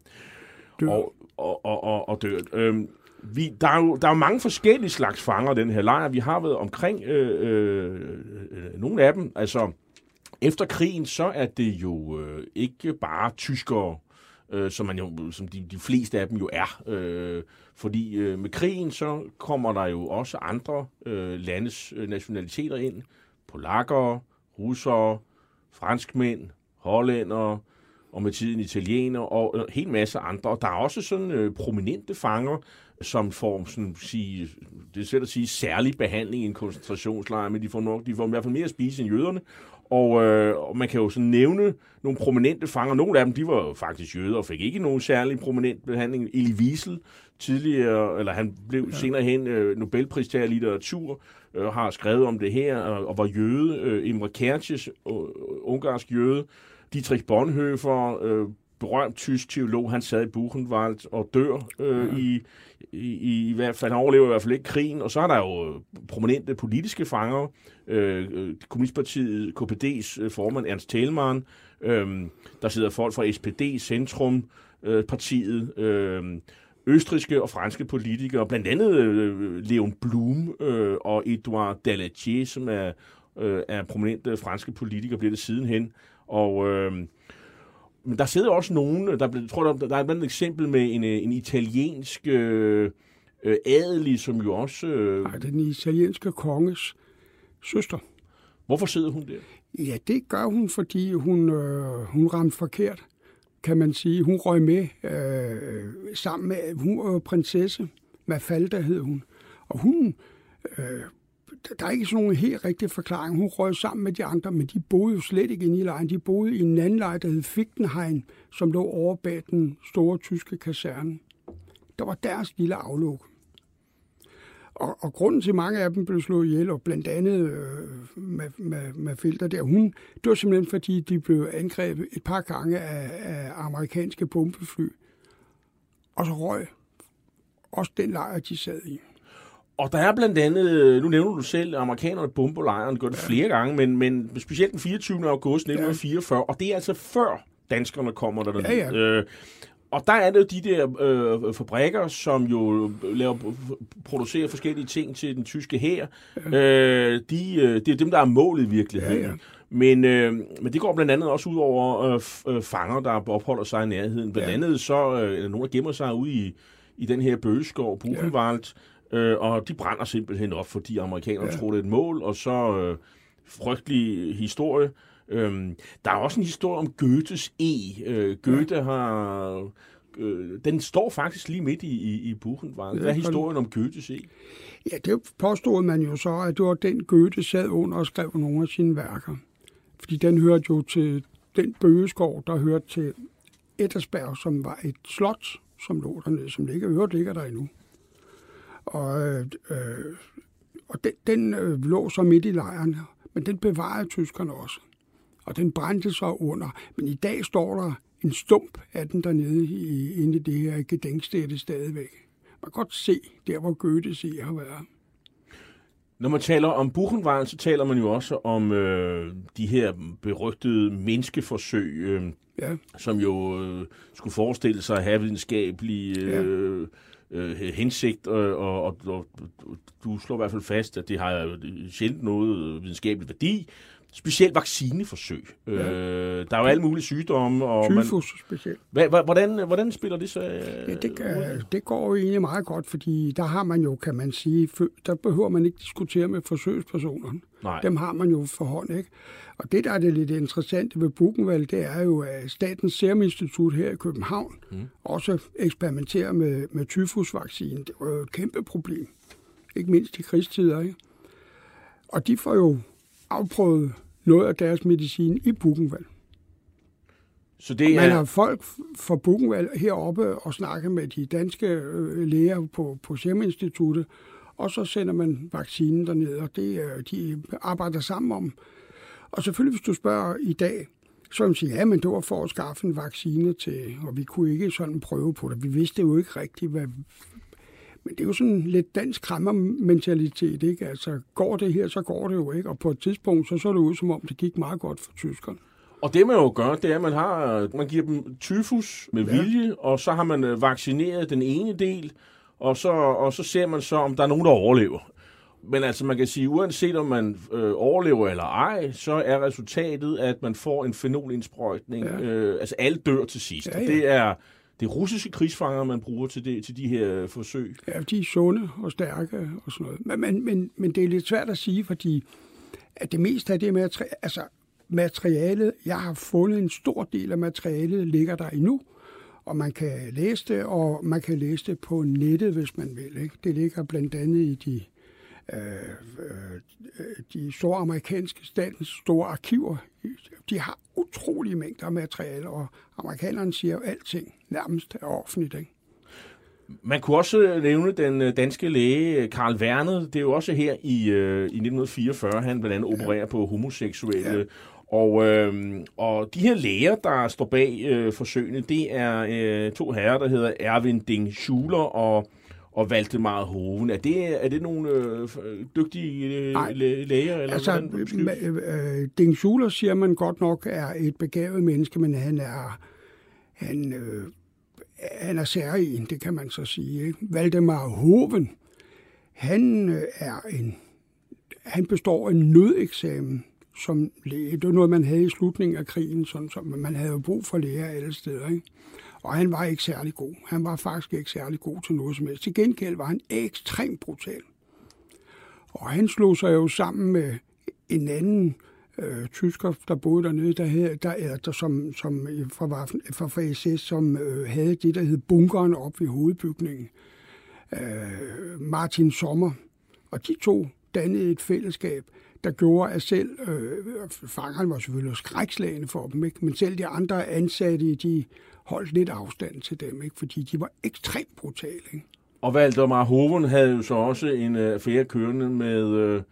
Og dør. Der er jo mange forskellige slags fanger i den her lejr. Vi har været omkring nogle af dem. Altså, efter krigen, så er det jo ikke bare tyskere, som de fleste af dem jo er. Fordi med krigen, så kommer der jo også andre landes nationaliteter ind. Polakker, russere, franskmænd, hollændere, og med tiden italiener og en hel masse andre. Og der er også sådan prominente fanger, som får sådan sige, det er svært at sige særlig behandling i en koncentrationslejr, men de får i hvert fald mere at spise end jøderne. Og man kan jo sådan nævne nogle prominente fanger. Nogle af dem, de var jo faktisk jøder og fik ikke nogen særlig prominent behandling. Elie Wiesel, tidligere, eller han blev senere hen Nobelpristager i litteratur, har skrevet om det her, og var jøde. Imre Kertész, ungarsk jøde. Dietrich Bonhoeffer, berømt tysk teolog, han sad i Buchenwald og dør i hvert fald. Han overlever i hvert fald ikke krigen. Og så er der jo prominente politiske fanger. Kommunistpartiet, KPD's formand Ernst Thälmann. Der sidder folk fra SPD, Centrum, partiet, østrigske og franske politikere, blandt andet Léon Blum og Edouard Daladier, som er prominente franske politikere, bliver det sidenhen. Men der sidder også nogen, der er et eksempel med en italiensk adelig, som jo også... den italienske konges søster. Hvorfor sidder hun der? Ja, det gør hun, fordi hun ramte forkert, kan man sige. Hun røg med sammen med... Hun var prinsesse. Mafalda hed hun. Og hun... Der er ikke sådan nogen helt rigtig forklaring. Hun røg sammen med de andre, men de boede jo slet ikke inde i lejren. De boede i en anden lejr, der hed Fichtenhain, som lå over bag den store tyske kaserne. Der var deres lille afluk. Og grunden til, mange af dem blev slået ihjel, og blandt andet med filter der, det var simpelthen, fordi de blev angrebet et par gange af amerikanske bombefly. Og så røg også den lejr, de sad i. Og der er blandt andet, nu nævner du selv, amerikanerne bomber lejren, gør det flere gange, men specielt den 24. august 1944, og det er altså før danskerne kommer der. Og der er det jo de der fabrikker, som jo producerer forskellige ting til den tyske hær. Det er dem, der er målet i virkeligheden. Ja. Men det går blandt andet også ud over fanger, der opholder sig i nærheden. Blandt andet så er der nogen, der gemmer sig ude i den her bøgeskov, Buchenwald, og de brænder simpelthen op, fordi amerikanerne tror, det er et mål, og så frygtelig historie. Der er også en historie om Goethes Goethe har... den står faktisk lige midt i Buchenwald. Hvad er historien om Goethes Ja, det påstod man jo så, at det var den Goethe sad under og skrev nogle af sine værker. Fordi den hørte jo til den bøgeskov, der hørte til Ettersberg, som var et slot, som lå dernede, som ligger der endnu. Og den lå så midt i lejren, men den bevarede tyskerne også. Og den brændte så under. Men i dag står der en stump af den dernede inde i det her gedenkstedet stadigvæk. Man kan godt se, der hvor Goethes har været. Når man taler om Buchenwald, så taler man jo også om de her berygtede menneskeforsøg, som jo skulle forestille sig at have videnskabelige hensigt, og du slår i hvert fald fast, at det har sjældent noget videnskabelig værdi. Specielt vaccineforsøg. Der er jo alle mulige sygdomme. Og tyfus specielt. Hvordan spiller det så? Det går jo egentlig meget godt, fordi der har man jo, kan man sige, der behøver man ikke diskutere med forsøgspersonerne. Nej. Dem har man jo for hånd, ikke? Og det, der er det lidt interessante ved Buchenwald, det er jo, at Statens Serum Institut her i København også eksperimenterer med tyfusvaccinen. Det var jo et kæmpe problem. Ikke mindst i krigstider, ikke? Og de får jo afprøvet noget af deres medicin i Buchenwald. Så det man har folk fra Buchenwald heroppe og snakke med de danske læger på Serum Instituttet, og så sender man vaccinen derned, og det de arbejder sammen om. Og selvfølgelig, hvis du spørger i dag, så vil man sige, ja, men det var for at skaffe en vaccine til, og vi kunne ikke sådan prøve på det. Vi vidste jo ikke rigtigt, hvad... Men det er jo sådan lidt dansk kræmmermentalitet, ikke? Altså, går det her, så går det jo ikke. Og på et tidspunkt, så det ud, som om det gik meget godt for tyskerne. Og det man jo gør, det er, at man giver dem tyfus med vilje, og så har man vaccineret den ene del, og så ser man så, om der er nogen, der overlever. Men altså, man kan sige, uanset om man overlever eller ej, så er resultatet, at man får en fenolindsprøjtning. Altså, alle dør til sidst. Ja, ja. Det er russiske krigsfanger, man bruger til de her forsøg. Ja, de er sunde og stærke og sådan noget. Men det er lidt svært at sige, fordi at det meste af det materialet, jeg har fundet en stor del af materialet, ligger der endnu, og man kan læse det, og man kan læse det på nettet, hvis man vil. Ikke? Det ligger blandt andet i de store amerikanske statens store arkiver. De har utrolige mængder af materiale, og amerikanerne siger jo alting nærmest er offentligt. Ikke? Man kunne også nævne den danske læge Carl Werner. Det er jo også her i 1944, han blandt andet opererer på homoseksuelle. Ja. Og de her læger, der står bag forsøgene, det er to herrer, der hedder Erwin Ding Schuler og Valdemar Hoven. Er det nogle dygtige læger? Eller altså, Ding Schuler siger man godt nok er et begavet menneske, men han er særlig, det kan man så sige. Ikke? Valdemar Hoven, han består en nødeksamen som læge. Det var noget, man havde i slutningen af krigen, sådan som man havde jo brug for læger alle steder. Ikke? Og han var ikke særlig god. Han var faktisk ikke særlig god til noget som helst. Til gengæld var han ekstremt brutal. Og han slog sig jo sammen med en anden tysker, der boede dernede, som fra SS, som havde det, der hed bunkeren op ved hovedbygningen. Martin Sommer. Og de to dannede et fællesskab, der gjorde, at selv fangerne var selvfølgelig skrækslagende for dem, ikke? Men selv de andre ansatte, de holdt lidt afstand til dem, ikke? Fordi de var ekstremt brutale. Ikke? Og Valdemar Hoven havde jo så også en affære kørende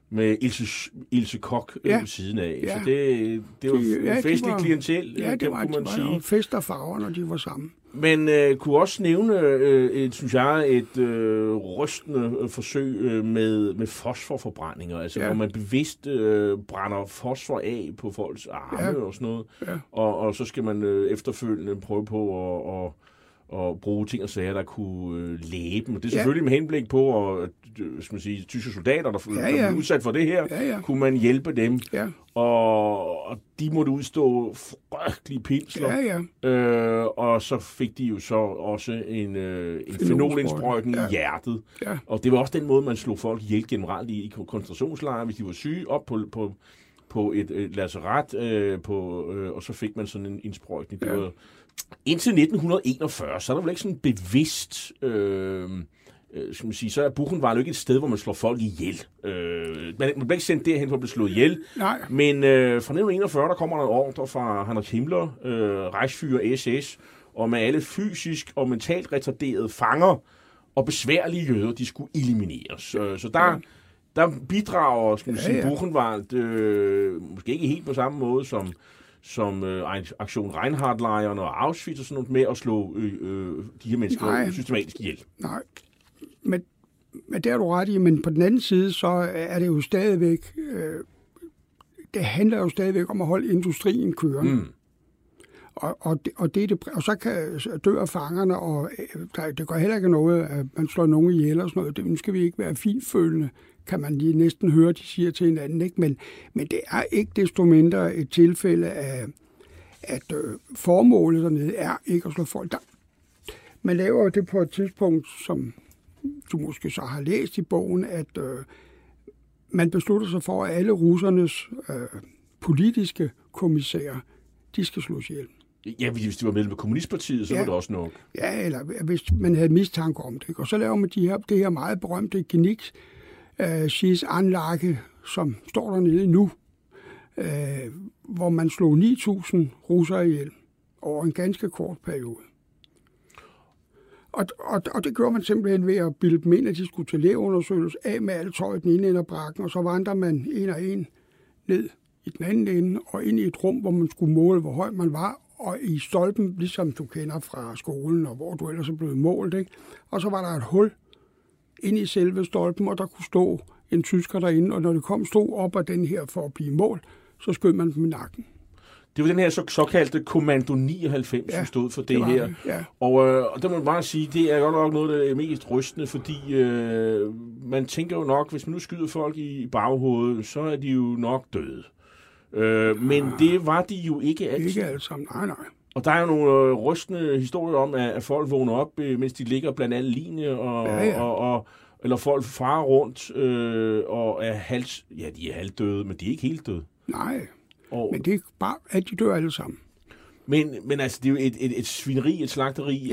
med Ilse Koch ved siden af. Så det var en festlig klientel, det var, kunne man sige. Og fest og farver, når de var sammen. Men kunne også nævne, synes jeg, et rystende forsøg med fosforforbrændinger, altså hvor man bevidst brænder fosfor af på folks arme og sådan noget, og så skal man efterfølgende prøve på at bruge ting og sager, der kunne læge dem. Og det er selvfølgelig med henblik på, at tyske soldater, der blev udsat for det her, kunne man hjælpe dem. Ja. Og de måtte udstå frygtelige pinsler. Og så fik de jo så også en fenolinsprøjtning i hjertet. Ja. Og det var også den måde, man slog folk ihjel generelt i koncentrationslejre, hvis de var syge, op på et lazaret, og så fik man sådan en indsprøjtning. Det var indtil 1941, så er der vel ikke sådan bevidst, skal man sige, så er Buchenwald jo ikke et sted, hvor man slår folk ihjel. Man bliver ikke sendt derhen for at blive slået ihjel. Nej. Men fra 1941, der kommer der en ordre fra Heinrich Himmler, Reichsführer SS, om at alle fysisk og mentalt retarderede fanger og besværlige jøder, de skulle elimineres. Så der bidrager, skal man sige, Buchenwald, måske ikke helt på samme måde som Aktion Reinhardt-lejren og Auschwitz og sådan noget, med at slå de her mennesker systematisk ihjel. Nej, men det er du ret i, men på den anden side, så er det jo stadigvæk, det handler jo stadigvæk om at holde industrien kørende. Mm. Og så kan dør fangerne, og det går heller ikke noget, at man slår nogen ihjel og sådan noget. Det skal vi ikke være finfølende, kan man lige næsten høre, de siger til hinanden. Ikke? Men det er ikke desto mindre et tilfælde af, at formålet dernede er ikke at slå folk. Man laver det på et tidspunkt, som du måske så har læst i bogen, at man beslutter sig for, at alle russernes politiske kommissærer, de skal slås ihjel. Ja, hvis de var medlem af Kommunistpartiet, så var det også nok. Ja, eller hvis man havde mistanke om det. Og så laver man det her meget berømte Genickschießanlage, som står dernede nu, hvor man slog 9.000 russere ihjel over en ganske kort periode. Og det gjorde man simpelthen ved at bilde dem ind, at de skulle til lægeundersøgelse af med alt tøj i den ene ende af brakken, og så vandrer man en og en ned i den anden ende, og ind i et rum, hvor man skulle måle, hvor høj man var, og i stolpen, ligesom du kender fra skolen, og hvor du ellers er blevet målt, ikke? Og så var der et hul ind i selve stolpen, og der kunne stå en tysker derinde, og når det stod op af den her for at blive målt, så skød man dem i nakken. Det var den her såkaldte Kommando 99, som stod for det her. Ja. Og der må man bare sige, det er godt nok noget, der er mest rystende, fordi man tænker jo nok, hvis man nu skyder folk i baghovedet, så er de jo nok døde. Men det var de jo ikke altid. Ikke alle sammen, nej. Og der er jo nogle rystende historier om, at folk vågner op, mens de ligger blandt alle linje, eller folk farer rundt og er de er halvdøde, men de er ikke helt døde. Nej, men det er bare, at de dør alle sammen. Men altså, det er jo et svineri, et slagteri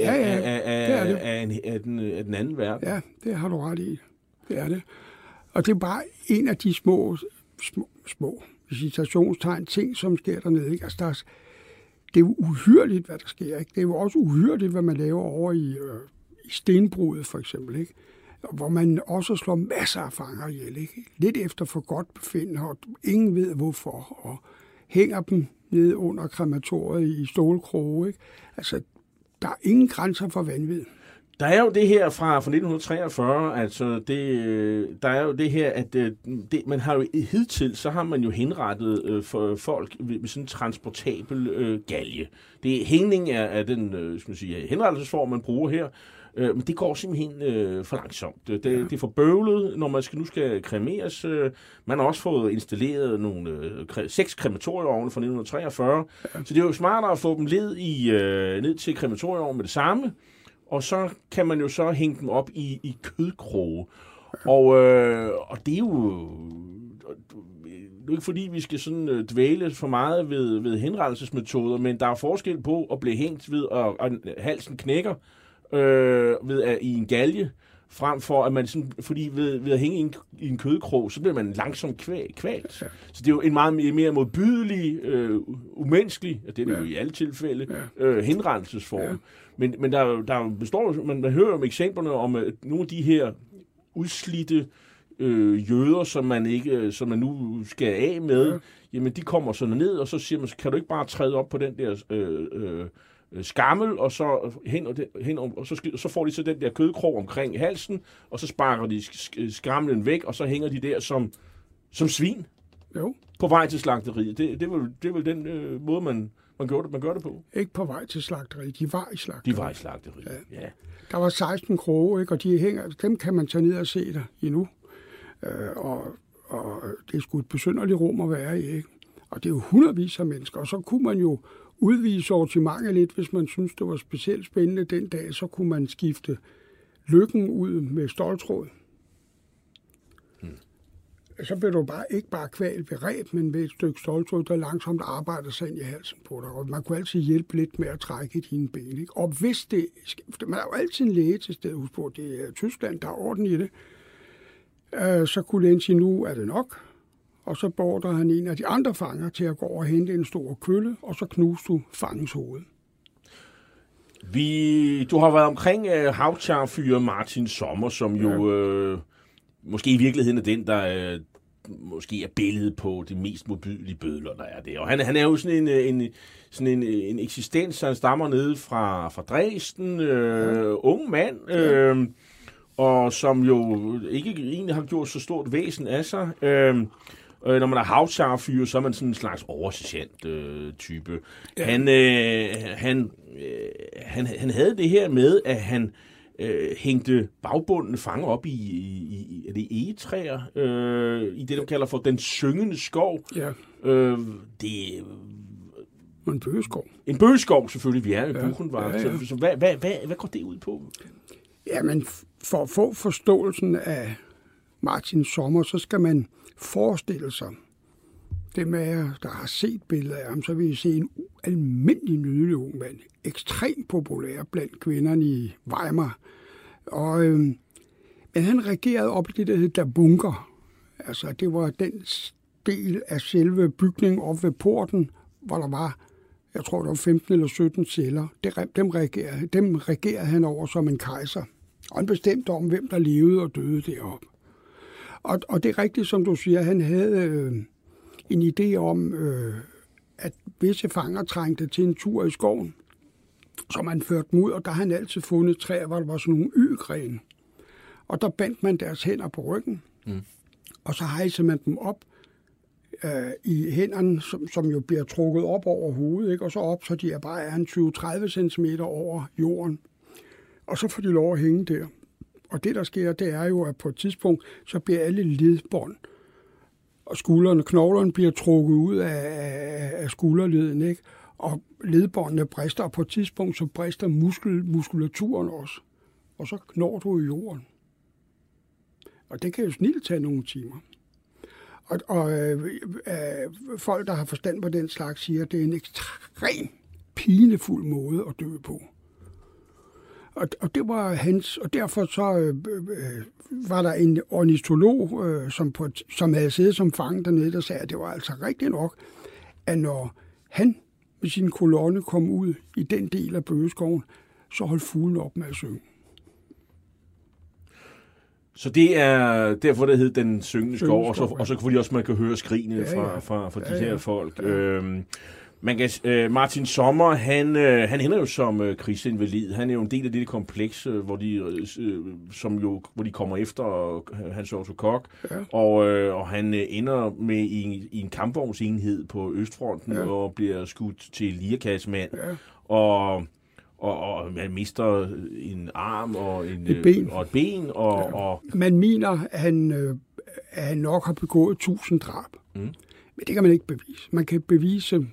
af den anden verden. Ja, det har du ret i. Det er det. Og det er bare en af de små citationstegn, ting, som sker dernede. Ikke? Altså, det er jo uhyrligt, hvad der sker. Ikke? Det er jo også uhyrligt, hvad man laver over i stenbruget, for eksempel. Ikke? Hvor man også slår masser af fanger ihjel. Ikke? Lidt efter for godt befindende, og ingen ved hvorfor. Og hænger dem ned under krematoriet i stålkroge. Ikke? Altså, der er ingen grænser for vanvid. Der er jo det her fra 1943, altså der er jo det her, at man har jo hidtil, så har man jo henrettet for folk med sådan en transportabel galge. Hængning er den henrettelsesform, man bruger her, men det går simpelthen for langsomt. Det er for bøvlet, når man nu skal kremeres. Man har også fået installeret nogle 6 krematorieovne fra 1943, så det er jo smartere at få dem ned til krematorieovnen med det samme. Og så kan man jo så hænge dem op i kødkroge. Og det er jo ikke fordi, vi skal sådan dvæle for meget ved henrettelsesmetoder, men der er forskel på at blive hængt ved, at halsen knækker i en galge, frem for at man sådan, fordi ved at hænge i en kødkrog, så bliver man langsomt kvalt. Så det er jo en meget mere modbydelig, umenneskelig, og det er jo i alle tilfælde, henrettelsesform. Men man hører om eksemplerne om nogle af de her udslidte jøder, som man nu skal af med, jamen de kommer sådan ned, og så siger man, kan du ikke bare træde op på den der skammel, og så så får de så den der kødkrog omkring halsen, og så sparker de skamlen væk, og så hænger de der som svin. Jo. På vej til slagteriet. Det er vel den måde, man gør det på. Ikke på vej til slagteriet. De var i slagteriet. Ja. Der var 16 kroge, ikke? Og dem kan man tage ned og se der endnu. Og det er sgu et besynderligt rum at være i, ikke? Og det er jo hundredvis af mennesker. Og så kunne man jo udvide sortimentet lidt, hvis man synes det var specielt spændende den dag. Så kunne man skifte lykken ud med ståltråd. Så bliver du ikke bare kvalt ved reb, men ved et stykke ståltråd, der langsomt arbejder sig ind i halsen på dig. Og man kunne altid hjælpe lidt med at trække i dine ben. Ikke? Og hvis det... Man er jo altid en læge til stedet, husk på, det er Tyskland, der er orden i det. Så kunne lægen sige, nu er det nok. Og så beordrer han en af de andre fanger til at gå over og hente en stor kølle, og så knuste du fangens hoved. Du har været omkring Hauptscharführer Martin Sommer, som jo måske i virkeligheden er den, der måske er billedet på det mest modbydelige bødler, der er det. Og han er jo sådan en eksistens, han stammer nede fra Dresden, ung mand, og som jo ikke egentlig har gjort så stort væsen af sig. Når man er Hauptscharführer, så er man sådan en slags oversergeant-type. Ja. Han havde det her med, at han hængte bagbundne fanger op i egetræer, i det, de kalder for den syngende skov. Ja. Det en bøgeskov. En bøgeskov, selvfølgelig, vi er i Buchenwald. Ja. Så hvad går det ud på? Jamen, for at få forståelsen af Martin Sommer, så skal man forestille sig, dem af jer, der har set billeder af ham, så vil I se en almindelig nydelig ung mand. Ekstremt populær blandt kvinderne i Weimar. Men han regerede op i det, der hed der bunker. Altså, det var den del af selve bygningen op ved porten, hvor der var, jeg tror, der var 15 eller 17 celler. Dem regerede han over som en kejser. Og han bestemte om, hvem der levede og døde deroppe. Og det er rigtigt, som du siger, han havde en idé om, at visse fanger trængte til en tur i skoven, så man førte dem ud, og der har han altid fundet træer, hvor der var sådan nogle y-grene. Og der bandt man deres hænder på ryggen, og så hejser man dem op i hænderne, som jo bliver trukket op over hovedet, ikke? Og så op, så de er bare 20-30 cm over jorden. Og så får de lov at hænge der. Og det, der sker, det er jo, at på et tidspunkt, så bliver alle ledbånd og knoglerne bliver trukket ud af skulderleden, ikke? Og ledbåndene brister, og på et tidspunkt, så brister muskulaturen også. Og så når du i jorden. Og det kan jo snilt tage nogle timer. Og folk, der har forstand på den slags, siger, at det er en ekstrem pinefuld måde at dø på. Og det var hans, og derfor så var der en ornitolog, som havde siddet som fange dernede, der sagde, at det var altså rigtigt nok, at når han med sin kolonne kom ud i den del af bøgeskoven, så holdt fuglen op med at synge. Så det er derfor, det hed den syngende skov, og så fordi også man kan høre skrigene fra de her folk. Ja. Martin Sommer, han ender jo som krigsinvalid. Han er jo en del af det kompleks, hvor de kommer efter Hans Otto Koch, og han ender med i en kampvognsenhed på Østfronten og bliver skudt til lirekassemand, og man mister en arm og et ben. Og man mener, at han nok har begået 1000 drab. Men det kan man ikke bevise. Man kan bevise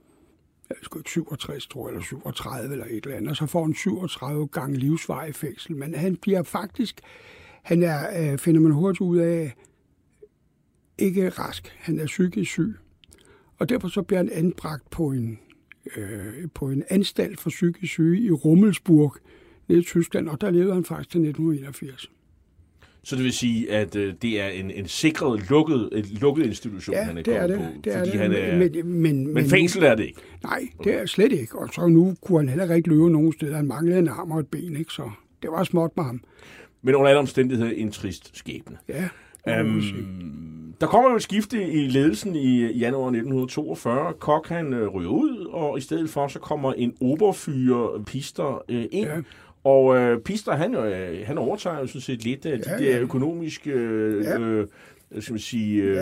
67, tror jeg, eller 37 eller et eller andet, og så får han 37 gange livsvarig fængsel. Men han bliver faktisk, finder man hurtigt ud af, ikke rask. Han er psykisk syg. Og derfor så bliver han anbragt på en anstalt for psykisk syge i Rummelsburg nede i Tyskland, og der levede han faktisk til 1981. Så det vil sige, at det er en sikret, lukket institution, han er kommet på? Det er det. Men fængsel er det ikke? Nej, det er slet ikke. Og så nu kunne han heller ikke løbe nogen steder. Han manglede en arm og et ben, ikke? Så det var småt med ham. Men under alle omstændigheder en trist skæbne. Ja. Der kommer jo et skifte i ledelsen i januar 1942. Koch han ryger ud, og i stedet for så kommer en oberfyrer, Pister, ind. Ja. Og Pister, han overtager jo sådan set lidt af de der økonomiske skal man sige,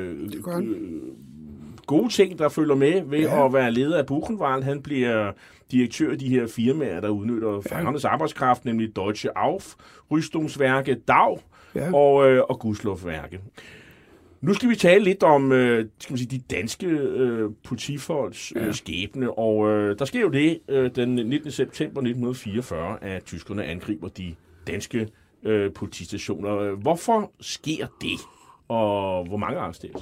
gode ting, der følger med ved at være leder af Buchenwald. Han bliver direktør af de her firmaer, der udnytter fangernes arbejdskraft, nemlig Deutsche Aufrüstungswerke, DAW og Gustloff-værke. Nu skal vi tale lidt om skal man sige, de danske politifolks skæbne, og der sker jo det den 19. september 1944, at tyskerne angriber de danske politistationer. Hvorfor sker det, og hvor mange arresteres?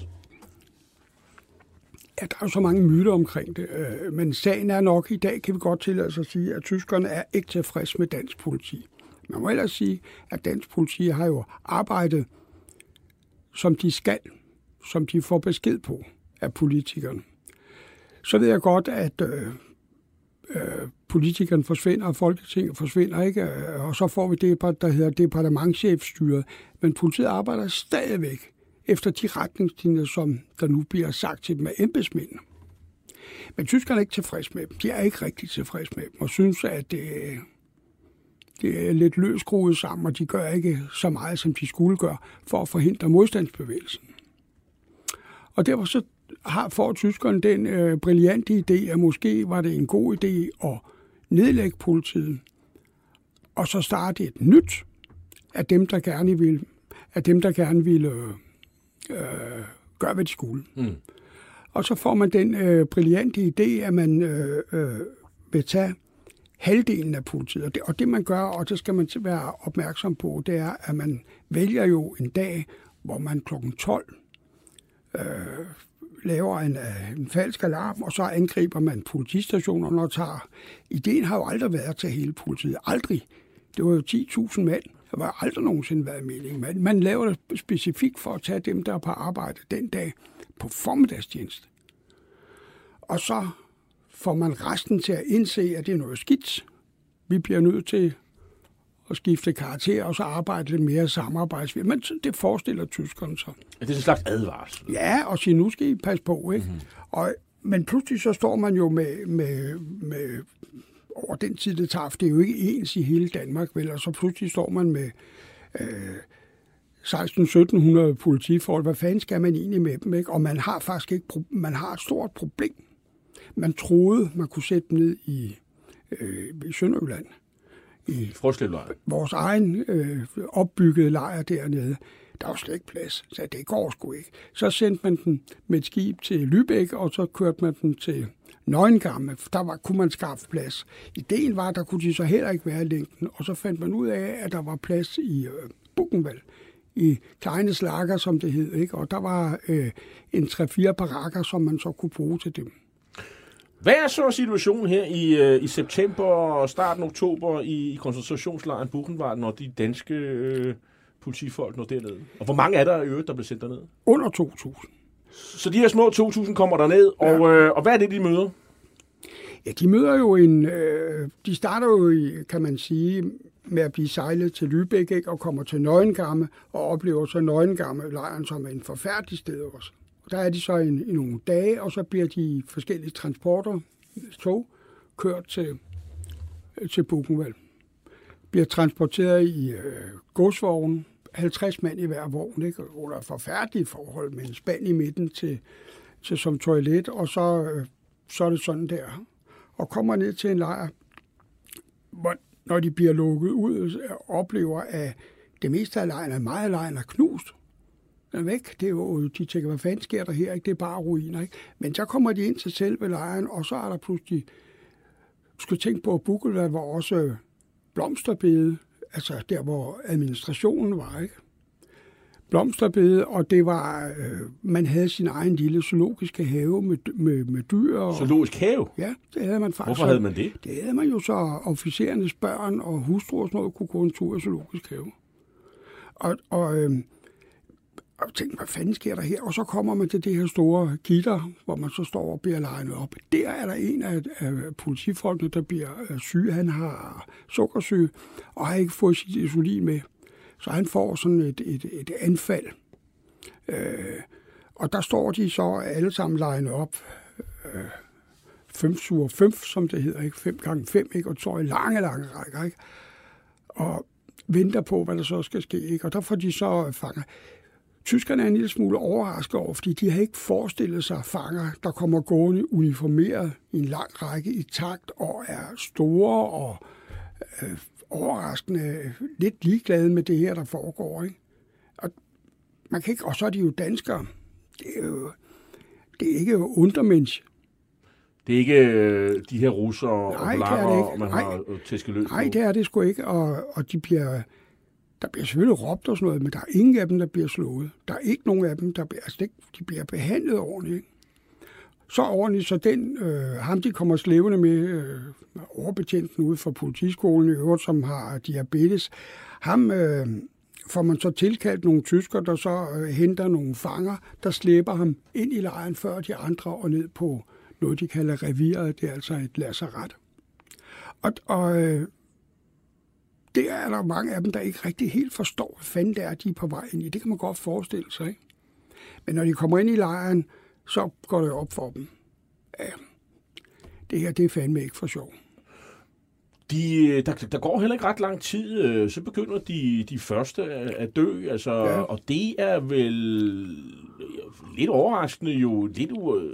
Ja, der er jo så mange myter omkring det, men sagen er nok, i dag kan vi godt tillade os at sige, at tyskerne er ikke tilfreds med dansk politi. Man må ellers sige, at dansk politi har jo arbejdet, som de skal, som de får besked på af politikerne. Så ved jeg godt, at politikerne forsvinder, og Folketinget forsvinder, ikke? Og så får vi det, der hedder departementschefstyret. Men politiet arbejder stadigvæk efter de retningslinjer, som der nu bliver sagt til dem af embedsmændene. Men tyskerne er ikke tilfreds med dem. De er ikke rigtig tilfreds med dem, og synes, at det er lidt løsskruet sammen, og de gør ikke så meget, som de skulle gøre, for at forhindre modstandsbevægelsen. Og derfor så får tyskerne den brillante idé, at måske var det en god idé at nedlægge politiet, og så starte et nyt af dem, der gerne ville gøre, hvad de skulle. Og så får man den brillante idé, at man vil tage halvdelen af politiet. Og det man gør, og det skal man være opmærksom på, det er, at man vælger jo en dag, hvor man kl. 12 laver en falsk alarm, og så angriber man politistationerne og tager. Ideen har jo aldrig været at tage hele politiet. Aldrig. Det var jo 10.000 mand. Der var aldrig nogensinde været mening. Man laver det specifikt for at tage dem, der er på arbejde den dag på formiddagstjeneste. Og så får man resten til at indse, at det er noget skidt. Vi bliver nødt til at skifte karakter, og så arbejde lidt mere samarbejdsvirksomhed. Men det forestiller tyskerne så. Det er en slags advarsel. Ja, og sige, nu skal I passe på, ikke? Mm-hmm. Men pludselig så står man jo med over den tid, det tager, for det er jo ikke ens i hele Danmark, vel? Og så pludselig står man med 1600-1700 politifolk. Hvad fanden skal man egentlig med dem, ikke? Og man har faktisk ikke, man har et stort problem. Man troede, man kunne sætte dem ned i Sønderjylland. I vores egen opbyggede lejr dernede. Der var slet ikke plads, så det går sgu ikke. Så sendte man den med et skib til Lübeck, og så kørte man den til Neuengamme. Kunne man skaffe plads. Ideen var, der kunne de så heller ikke være i længden, og så fandt man ud af, at der var plads i Buchenwald, i kleine Lager, som det hed, ikke? Og der var en 3-4 barakker, som man så kunne bruge til dem. Hvad er så situationen her i september og starten af oktober i koncentrationslejren Buchenwald, når de danske politifolk når derned? Og hvor mange er der i øvrigt, der bliver sendt derned? Under 2.000. Så de her små 2.000 kommer derned, og hvad er det, de møder? Ja, de møder jo de starter jo, kan man sige, med at blive sejlet til Lübeck, ikke, og kommer til Neuengamme, og oplever så Neuengamme-lejren som en forfærdelig sted også. Der er de så i nogle dage, og så bliver de forskellige transporter, tog, kørt til Buchenwald. Bliver transporteret i godsvognen, 50 mand i hver vogn, ikke? Under forfærdelige forhold med en spand i midten til som toilet, og så er det sådan der. Og kommer ned til en lejr, hvor når de bliver lukket ud, oplever, at det meste af lejren, meget af lejren er knust. Den er væk. Det er jo, de tænker, hvad fanden sker der her? Ikke? Det er bare ruiner. Ikke? Men så kommer de ind til selve lejren, og så er der pludselig, skal tænke på, at Buchenwald var også blomsterbede, altså der, hvor administrationen var, ikke? Blomsterbede, og det var, man havde sin egen lille zoologiske have med dyr. Zoologisk have? Ja, det havde man faktisk. Hvorfor havde man det? Det havde man jo så, officerernes børn og hustruer og sådan noget kunne gå en tur i zoologisk have. Og tænkte, hvad fanden sker der her? Og så kommer man til det her store gitter, hvor man så står og bliver legnet op. Der er der en af politifolkene, der bliver syg. Han har sukkersyge og har ikke fået sit insulin med. Så han får sådan et anfald Og der står de så alle sammen legnet op. 5x5, som det hedder, ikke? 5x5, ikke? Og så i lange rækker, ikke? Og venter på, hvad der så skal ske, ikke? Og der får de så fanger. Tyskerne er en lille smule overrasket over, fordi de har ikke forestillet sig fanger, der kommer gående uniformeret i en lang række i takt og er store og overraskende lidt ligeglade med det her, der foregår, ikke? Og man kan ikke, og så er de jo danskere. Det er ikke undermenneske. Det er ikke de her russere og polakker, man har tæsket løs på? Nej, det er det sgu ikke, og der bliver selvfølgelig råbt og sådan noget, men der er ingen af dem, der bliver slået. Der er ikke nogen af dem, der bliver, de bliver behandlet ordentligt, ikke? Så ordentligt, så ham de kommer slævende med, overbetjenten ude fra politiskolen i øvrigt, som har diabetes, ham får man så tilkaldt nogle tysker, der så henter nogle fanger, der slæber ham ind i lejren før de andre og ned på noget, de kalder reviret. Det er altså et lazaret. Og det er der mange af dem, der ikke rigtig helt forstår, hvad fanden det er, de er på vej ind i. Det kan man godt forestille sig, ikke? Men når de kommer ind i lejren, så går det op for dem. Ja, det her, det er fandme ikke for sjov. Der går heller ikke ret lang tid, så begynder de første at dø, altså, ja. Og det er vel lidt overraskende jo, det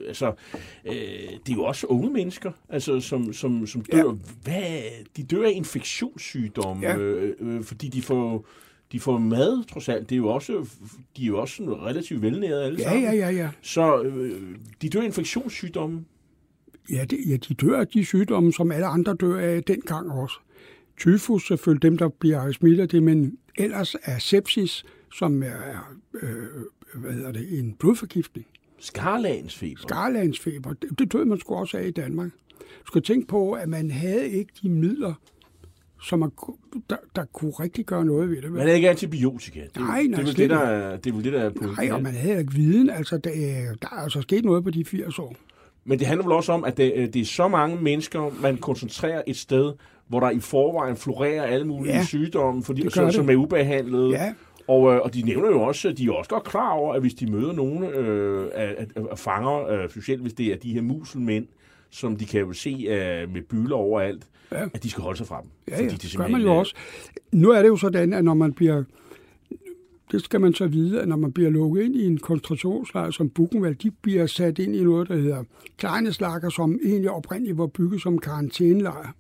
er jo også unge mennesker, altså, som dør. Ja. De dør af infektionssygdomme, ja. Fordi de får mad, trods alt. De er jo også sådan relativt velnærede alle sammen. Ja. Så de dør af infektionssygdomme. Ja, de dør af de sygdomme, som alle andre dør af dengang også. Tyfus selvfølgelig dem, der bliver smittet af det, men ellers er sepsis, som er en blodforgiftning. Skarlagensfeber. Det døde man sgu også af i Danmark. Du skal tænke på, at man havde ikke de midler, som der kunne rigtig gøre noget ved det. Man havde ikke antibiotika. Nej, det er vel det, der er på. Nej, og man havde ikke viden. Altså, der er altså sket noget på de 80 år. Men det handler vel også om, at det er så mange mennesker, man koncentrerer et sted, hvor der i forvejen florerer alle mulige sygdomme, fordi som er ubehandlede. Ja. Og de nævner jo også, at de er også godt klar over, at hvis de møder nogen af fanger, specielt hvis det er de her muselmænd, som de kan jo se med bylder overalt, at de skal holde sig fra dem. Ja, det gør man jo også. Nu er det jo sådan, at når man bliver... Det skal man så vide, at når man bliver lukket ind i en koncentrationslejr som Buchenwald, de bliver sat ind i noget, der hedder Kleineslager, som egentlig oprindeligt var bygget som karantænelejr.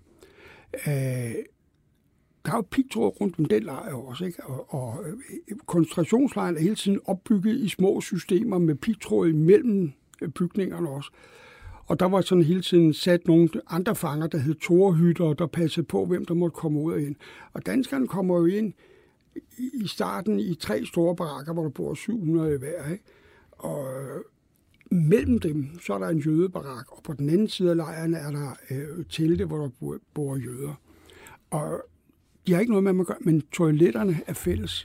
Der er jo pigtråd rundt om den lejr også, ikke? Og koncentrationslejren er hele tiden opbygget i små systemer med pigtråd imellem bygningerne også. Og der var sådan hele tiden sat nogle andre fanger, der hed torhytter, der passede på, hvem der måtte komme ud og ind. Og danskerne kommer jo ind i starten i 3 store barakker, hvor der bor 700 hver, ikke? Og mellem dem, så er der en jødebarak, og på den anden side af lejren er der telte, hvor der bor jøder. Og de har ikke noget med at gøre, men toiletterne er fælles.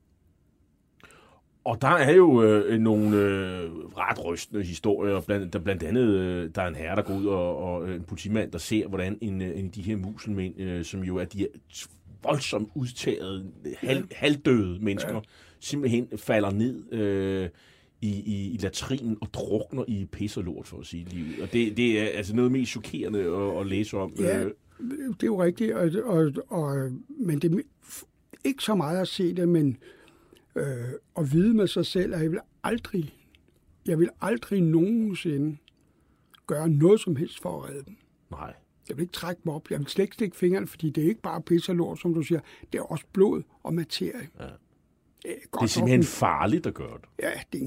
Og der er jo nogle ret rystende historier, blandt andet der er en herre, der går ud, og en politimand, der ser, hvordan en af de her muselmænd, som jo er de voldsomt udtagede, halvdøde mennesker, simpelthen falder ned i latrinen og drukner i pis og lort, for at sige livet. Og det er altså noget mest chokerende at læse om. Ja, det er jo rigtigt, men det er ikke så meget at se det, men at vide med sig selv, at jeg vil aldrig nogensinde gøre noget som helst for at redde dem. Nej. Jeg vil ikke trække dem op. Jeg vil slet ikke stikke fingrene, fordi det er ikke bare pis og lort, som du siger. Det er også blod og materie. Ja. Det er simpelthen farligt at gøre det. Ja, det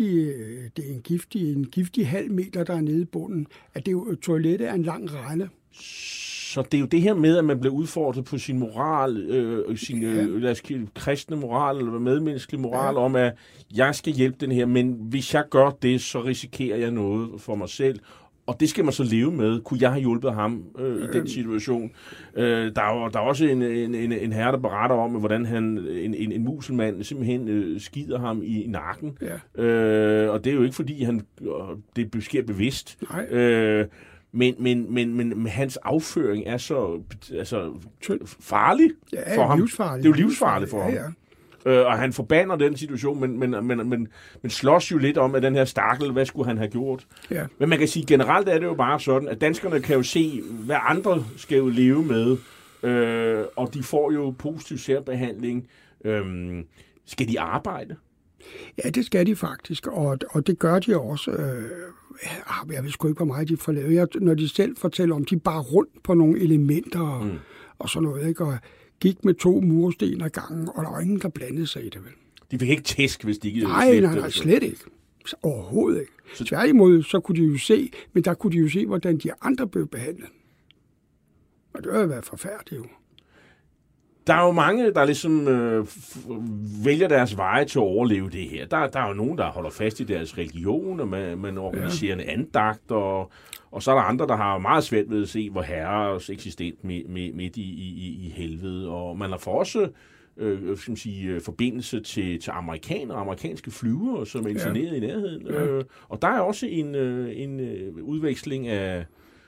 er en giftig halv meter, der er nede i bunden. At det jo, toilettet er en lang rende. Så det er jo det her med, at man bliver udfordret på sin moral, sin kristne moral, eller medmenneskelig moral, om at jeg skal hjælpe den her, men hvis jeg gør det, så risikerer jeg noget for mig selv. Og det skal man så leve med. Kunne jeg have hjulpet ham i den situation? Der er også en herre, der beretter om, hvordan en muselmand simpelthen skider ham i nakken. Ja. Og det er jo ikke, fordi det sker bevidst. Men hans afføring er så farlig for ham. Livsfarlig. Det er jo livsfarligt for ham. Ja. Og han forbander den situation, men slås jo lidt om, at den her stakkel, hvad skulle han have gjort? Ja. Men man kan sige, generelt er det jo bare sådan, at danskerne kan jo se, hvad andre skal jo leve med, og de får jo positiv særbehandling. Skal de arbejde? Ja, det skal de faktisk, og det gør de også. Jeg ved sgu ikke, hvor meget de får lavet. Når de selv fortæller om, de bare rundt på nogle elementer og sådan noget, ikke? Og gik med 2 mursten ad gangen, og der var ingen, der blandede sig i det, vel? De fik ikke tæsk, hvis de ikke... Nej, slet ikke. Overhovedet ikke. Tværtimod, så kunne de jo se, men der kunne de jo se, hvordan de andre blev behandlet. Og det har været forfærdeligt jo. Der er jo mange, der ligesom vælger deres veje til at overleve det her. Der er jo nogen, der holder fast i deres religion, og man organiserer en andagt, og så er der andre, der har meget svært ved at se, hvor herres eksistent midt i helvede. Og man har for også forbindelse til amerikanske flyvere, som er interneret i nærheden. Og der er også en udveksling af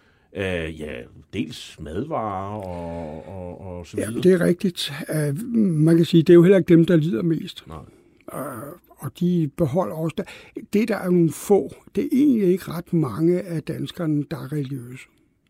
dels madvarer og så videre. Ja, det er rigtigt. Man kan sige, det er jo heller ikke dem, der lider mest. Nej. Og de beholder også... Det, der er nogle få, det er egentlig ikke ret mange af danskerne, der er religiøse.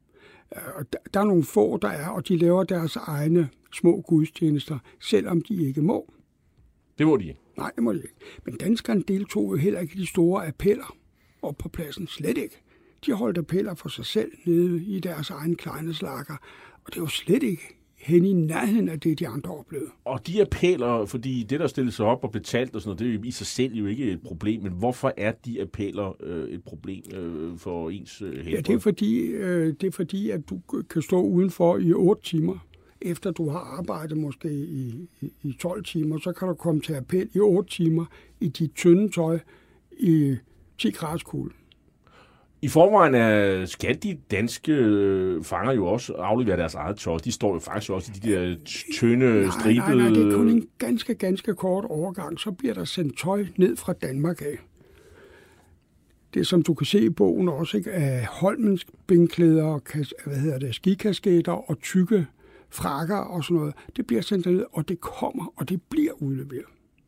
Der er nogle få, der er, og de laver deres egne små gudstjenester, selvom de ikke må. Det må de ikke? Nej, det må de ikke. Men danskerne deltog jo heller ikke i de store appeller op på pladsen. Slet ikke. De holdt appeller for sig selv nede i deres egen kleine slakker, og det var slet ikke hen i nærheden af det, de andre oplevede. Og de appeller, fordi det, der stillede sig op og betalt og sådan noget, det er jo i sig selv jo ikke et problem, men hvorfor er de appeller et problem for ens helbred? Ja, det er fordi, at du kan stå udenfor i 8 timer, efter du har arbejdet måske i 12 timer, så kan du komme til appel i 8 timer i dit tynde tøj i 10 graders kulde. I forvejen skal de danske fanger jo også aflevere deres eget tøj. De står jo faktisk også i de der tynde, stribede... Nej, det er kun en ganske kort overgang. Så bliver der sendt tøj ned fra Danmark af. Det, som du kan se i bogen også, ikke, af Holmens bindklæder, skikasketter og tykke frakker og sådan noget, det bliver sendt ned, og det kommer, og det bliver udleveret.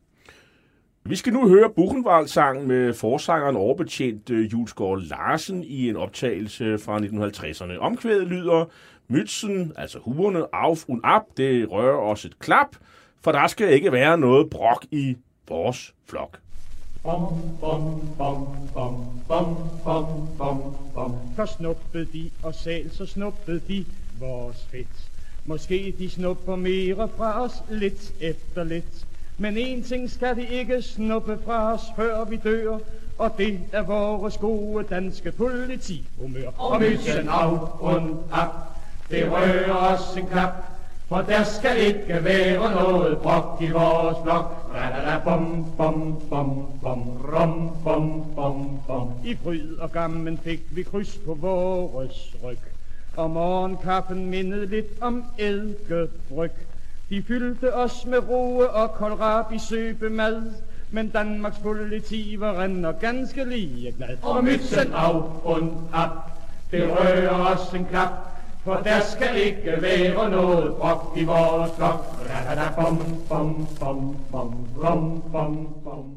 Vi skal nu høre Buchenwald-sangen med forsangeren overbetjent Julesgaard Larsen i en optagelse fra 1950'erne. Omkvædet lyder: Mützen, altså huerne, auf und ab, det rører os et klap, for der skal ikke være noget brok i vores flok. Bom, bom, bom, bom, bom, bom, bom, bom. Så snuppede de, og selv så snuppede de vores fedt. Måske de snupper mere fra os lidt efter lidt. Men en ting skal de ikke snuppe fra os, før vi dør, og det er vores gode danske politihumør. Og Mützen auf und ab, det rører os en klap, for der skal ikke være noget brok i vores flok. Bom, bom, bom, bom, rom, bom, bom, bom. I fryd og gammen fik vi kryds på vores ryg, og morgenkaffen mindede lidt om eddikebryg. De fyldte os med roe og kohlrabi søbemad, men Danmarks politi var render ganske ligeglad. Og Mützen auf und ab, det rører os en klap, for der skal ikke være noget brok i vores flok. Bom, bom, bom, bom, rom, bom, bom.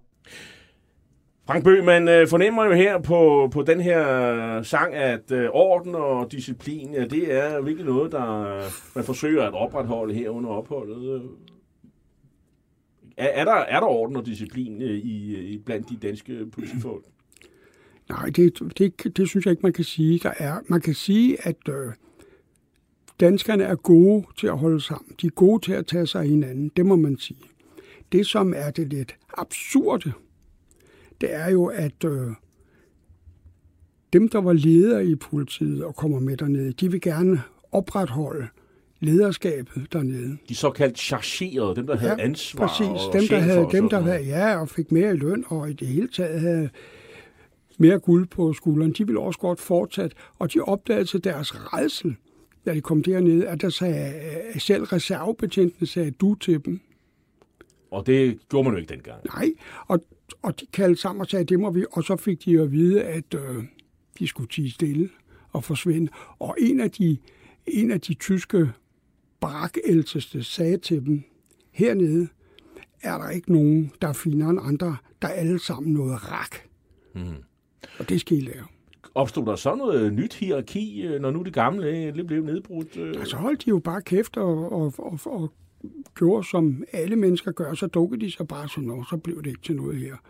Frank Bøgh, man fornemmer jo her på den her sang, at orden og disciplin, ja, det er virkelig noget, der man forsøger at opretholde her under opholdet. Er der orden og disciplin blandt de danske politifolk? Nej, det synes jeg ikke, man kan sige. Man kan sige, at danskerne er gode til at holde sammen. De er gode til at tage sig af hinanden. Det må man sige. Det, som er det lidt absurde, det er jo, at dem, der var ledere i politiet og kommer med dernede, de vil gerne opretholde lederskabet dernede. De såkaldt chargerede, dem der havde ansvar. Præcis, dem der havde, og fik mere i løn, og i det hele taget havde mere guld på skulderen. De ville også godt fortsætte, og de opdagede til deres rædsel, da de kom dernede, at der sagde, selv reservebetjentene sagde du til dem. Og det gjorde man jo ikke dengang. Nej, og de kaldte sammen og sagde, det må vi, og så fik de at vide, at de skulle tie stille og forsvinde. Og en af de tyske barakældste sagde til dem hernede, er der ikke nogen, der er finere end andre, der er alle sammen noget rak. Og det skal I lave. Opstod der så noget nyt hierarki, når nu det gamle blev nedbrudt? Altså holdt de jo bare kæft og gjorde, som alle mennesker gør, så dukkede de sig bare sådan, så blev det ikke til noget her.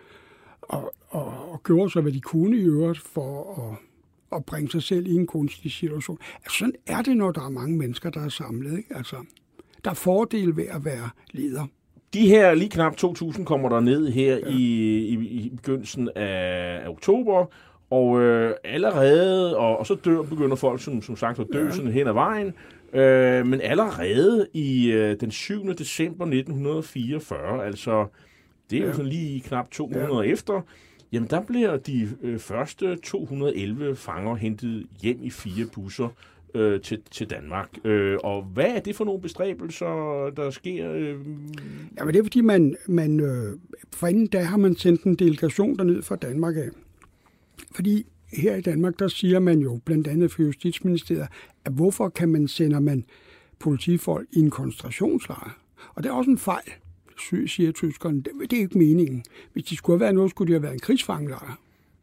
Og gjorde så, hvad de kunne i øvrigt for at bringe sig selv i en kunstig situation. Altså sådan er det, når der er mange mennesker, der er samlet. Ikke? Altså, der er fordel ved at være leder. De her lige knap 2.000 kommer der ned her i begyndelsen af oktober, og allerede, og så begynder folk som sagt at dø sådan hen ad vejen, men allerede i den 7. december 1944, altså det er jo sådan lige knap 2 måneder efter, jamen der bliver de første 211 fanger hentet hjem i 4 busser til Danmark. Og hvad er det for nogle bestræbelser, der sker? Jamen det er fordi, man forinden da har man sendt en delegation derned fra Danmark af. Fordi her i Danmark, der siger man jo blandt andet for Justitsministeriet, at hvorfor sender man politifolk i en koncentrationslejr? Og det er også en fejl, siger tyskerne. Det er ikke meningen. Hvis de skulle have været noget, skulle de have været en krigsfangelejr.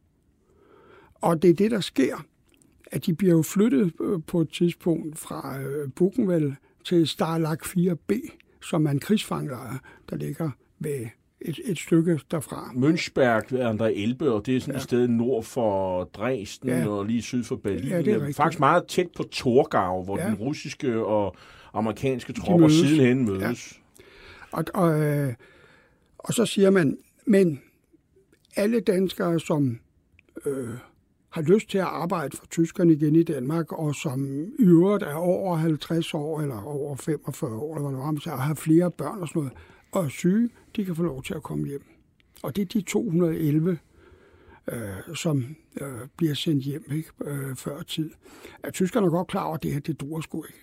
Og det er det, der sker, at de bliver jo flyttet på et tidspunkt fra Buchenwald til Stalag 4B, som er en krigsfangelejr, der ligger ved et stykke derfra. Münchberg ved Andre Elbe, og det er sådan et sted nord for Dresden og lige syd for Berlin. Ja, det er faktisk meget tæt på Torgau, hvor den russiske og amerikanske tropper sidenhen mødes. Ja. Og så siger man, men alle danskere, som har lyst til at arbejde for tyskerne igen i Danmark, og som i øvrigt er over 50 år, eller over 45 år, eller hvad det var, og har flere børn og sådan noget, og er syge, de kan få lov til at komme hjem. Og det er de 211, som bliver sendt hjem ikke, før tid. Tyskerne er godt klar over, at det her, det duer sgu ikke.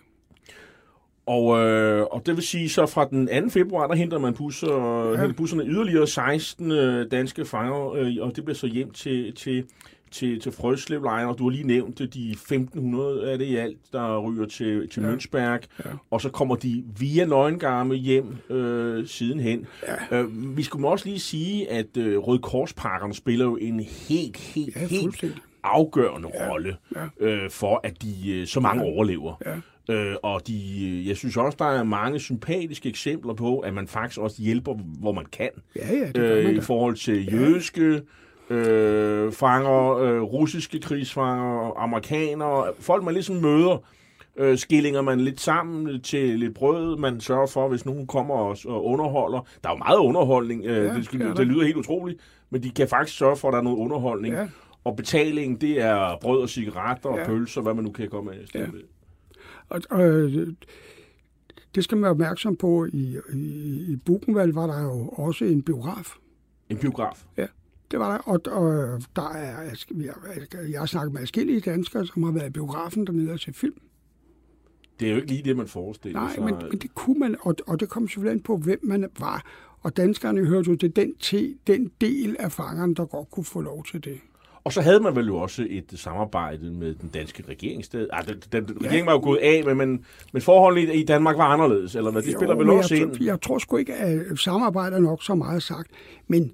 Og det vil sige, så fra den 2. februar, der henter man busserne yderligere 16 danske fanger, og det bliver så hjem til Frøslevlejren, og du har lige nævnt de 1.500 af det i alt, der ryger til Münchberg, og så kommer de via Neuengamme hjem sidenhen. Ja. Vi skulle også lige sige, at Røde Korspakkerne spiller jo en helt afgørende rolle for, at de så mange overlever. Ja. Og jeg synes også, der er mange sympatiske eksempler på, at man faktisk også hjælper, hvor man kan. I forhold til jødiske fanger, russiske krigsfanger, amerikanere, folk man ligesom møder, skillinger man lidt sammen til lidt brød, man sørger for, hvis nogen kommer og underholder. Der er jo meget underholdning, det lyder helt utroligt, men de kan faktisk sørge for, at der er noget underholdning. Ja. Og betalingen, det er brød og cigaretter og pølser, hvad man nu kan komme af. Og det skal man være opmærksom på. I Buchenwald var der jo også en biograf. En biograf? Ja. Det var der, og der er, jeg har snakket med forskellige danskere, som har været i biografen dernede og set film. Det er jo ikke lige det, man forestiller sig. Nej, men det kunne man, og det kom selvfølgelig an på, hvem man var. Og danskerne hørte jo til den del af fangerne, der godt kunne få lov til det. Og så havde man vel jo også et samarbejde med den danske regeringssted. Regeringen var jo gået af, men forholdene i Danmark var anderledes, eller hvad? Det spiller vel også ind? Jeg tror sgu ikke, at samarbejdet nok så meget sagt, men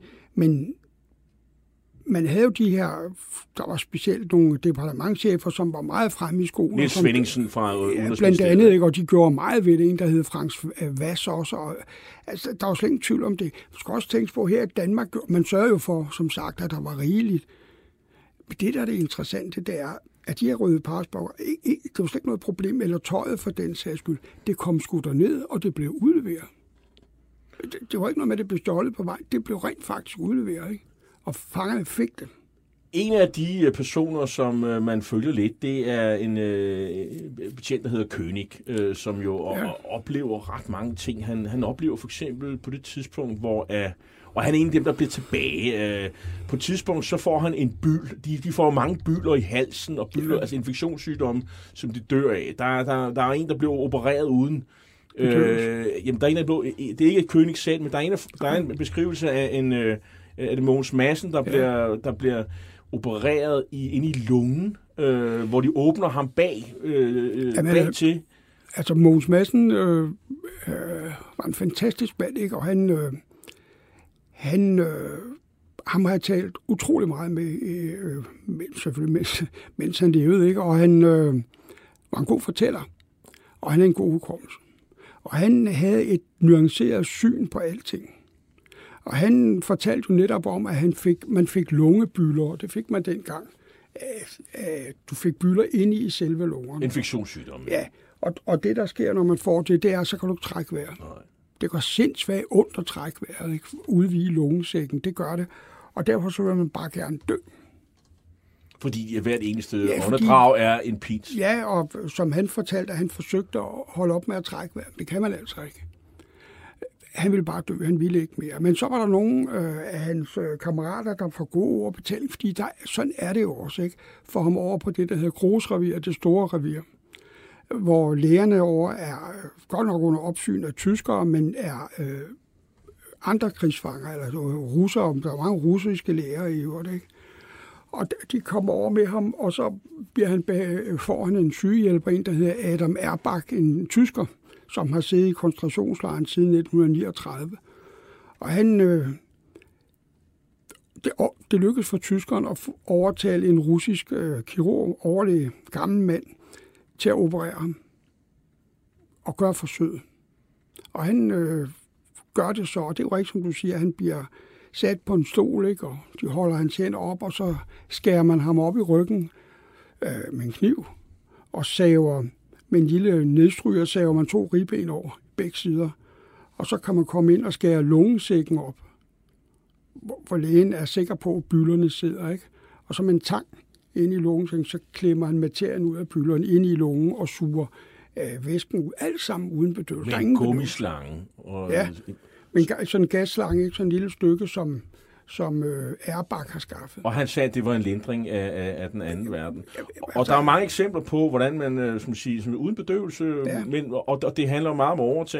man havde jo de her, der var specielt nogle departementschefer, som var meget fremme i skolen. Niels Svenningsen fra Udenrigsministeriet. Blandt andet, ikke? Og de gjorde meget ved det. En, der hed Frans Vass også. Og, altså, der var slet ingen tvivl om det. Man skal også tænke på, her i Danmark, man sørger jo for, som sagt, at der var rigeligt. Men det, der er det interessante, det er, at de her røde parsborger, det var slet ikke noget problem, eller tøjet for den sags skyld. Det kom sgu derned, og det blev udleveret. Det var ikke noget med, at det blev stjålet på vej. Det blev rent faktisk udleveret, ikke? Og fangerne fik det. En af de personer, som man følger lidt, det er en betjent, der hedder König, som jo oplever ret mange ting. Han oplever for eksempel på det tidspunkt, og han er en af dem, der bliver tilbage. På et tidspunkt, så får han en byld. De får mange bylder i halsen, og bylder, altså infektionssygdomme, som de dør af. Der er en, der bliver opereret uden. Jamen, der er en, der blev, det er ikke König selv, men der er en beskrivelse af er det Mogens Madsen, der bliver opereret inde i lungen, hvor de åbner ham bag til. Altså, Mogens Madsen var en fantastisk mand, ikke? Og ham har jeg talt utrolig meget med, selvfølgelig mens han levede, ikke? Og han var en god fortæller, og han er en god hukommelse. Og han havde et nuanceret syn på alting. Og han fortalte jo netop om, at man fik lungebylder, og det fik man dengang. Du fik bylder inde i selve lungerne. Infektionssygdom. Ja, og det der sker, når man får det er, så kan du ikke trække vejret. Nej. Det går sindssygt ondt at trække vejret, ikke? Udvide lungesækken, det gør det. Og derfor så vil man bare gerne dø. Fordi hvert eneste åndedrag er en pins. Ja, og som han fortalte, at han forsøgte at holde op med at trække vejret. Det kan man altså ikke. Han ville bare dø, han ville ikke mere. Men så var der nogle af hans kammerater, der får gode ord betaling, fordi sådan er det jo også, ikke? For ham over på det, der hedder Grosrevir, det store revir, hvor lægerne over er godt nok under opsyn af tyskere, men er andre krigsfanger, eller russere, der er mange russiske læger i øvrigt, ikke? Og de kommer over med ham, og så får han en sygehjælper, en der hedder Adam Erbach, en tysker, som har siddet i koncentrationslejren siden 1939. Og han, det lykkedes for tyskeren at overtale en russisk kirurg, overlæge, gammel mand, til at operere ham og gøre forsøget. Og han gør det så, og det er jo ikke, som du siger, han bliver sat på en stol, ikke? Og de holder hans hænder op, og så skærer man ham op i ryggen med en kniv, og saver med en lille nedstryger, saver man 2 ribben over begge sider. Og så kan man komme ind og skære lungesækken op, hvor lægen er sikker på, at byllerne sidder, ikke? Og så med en tang ind i lungesækken, så klemmer han materien ud af byllerne ind i lungen og suger væsken ud. Alt sammen uden bedøvelse. Med en gummislange. Ja, men sådan en gasslange, ikke? Sådan en lille stykke, som Erbach har skaffet. Og han sagde, at det var en lindring af den anden verden. Og der er mange eksempler på, hvordan man, som siger, uden bedøvelse, og det handler meget om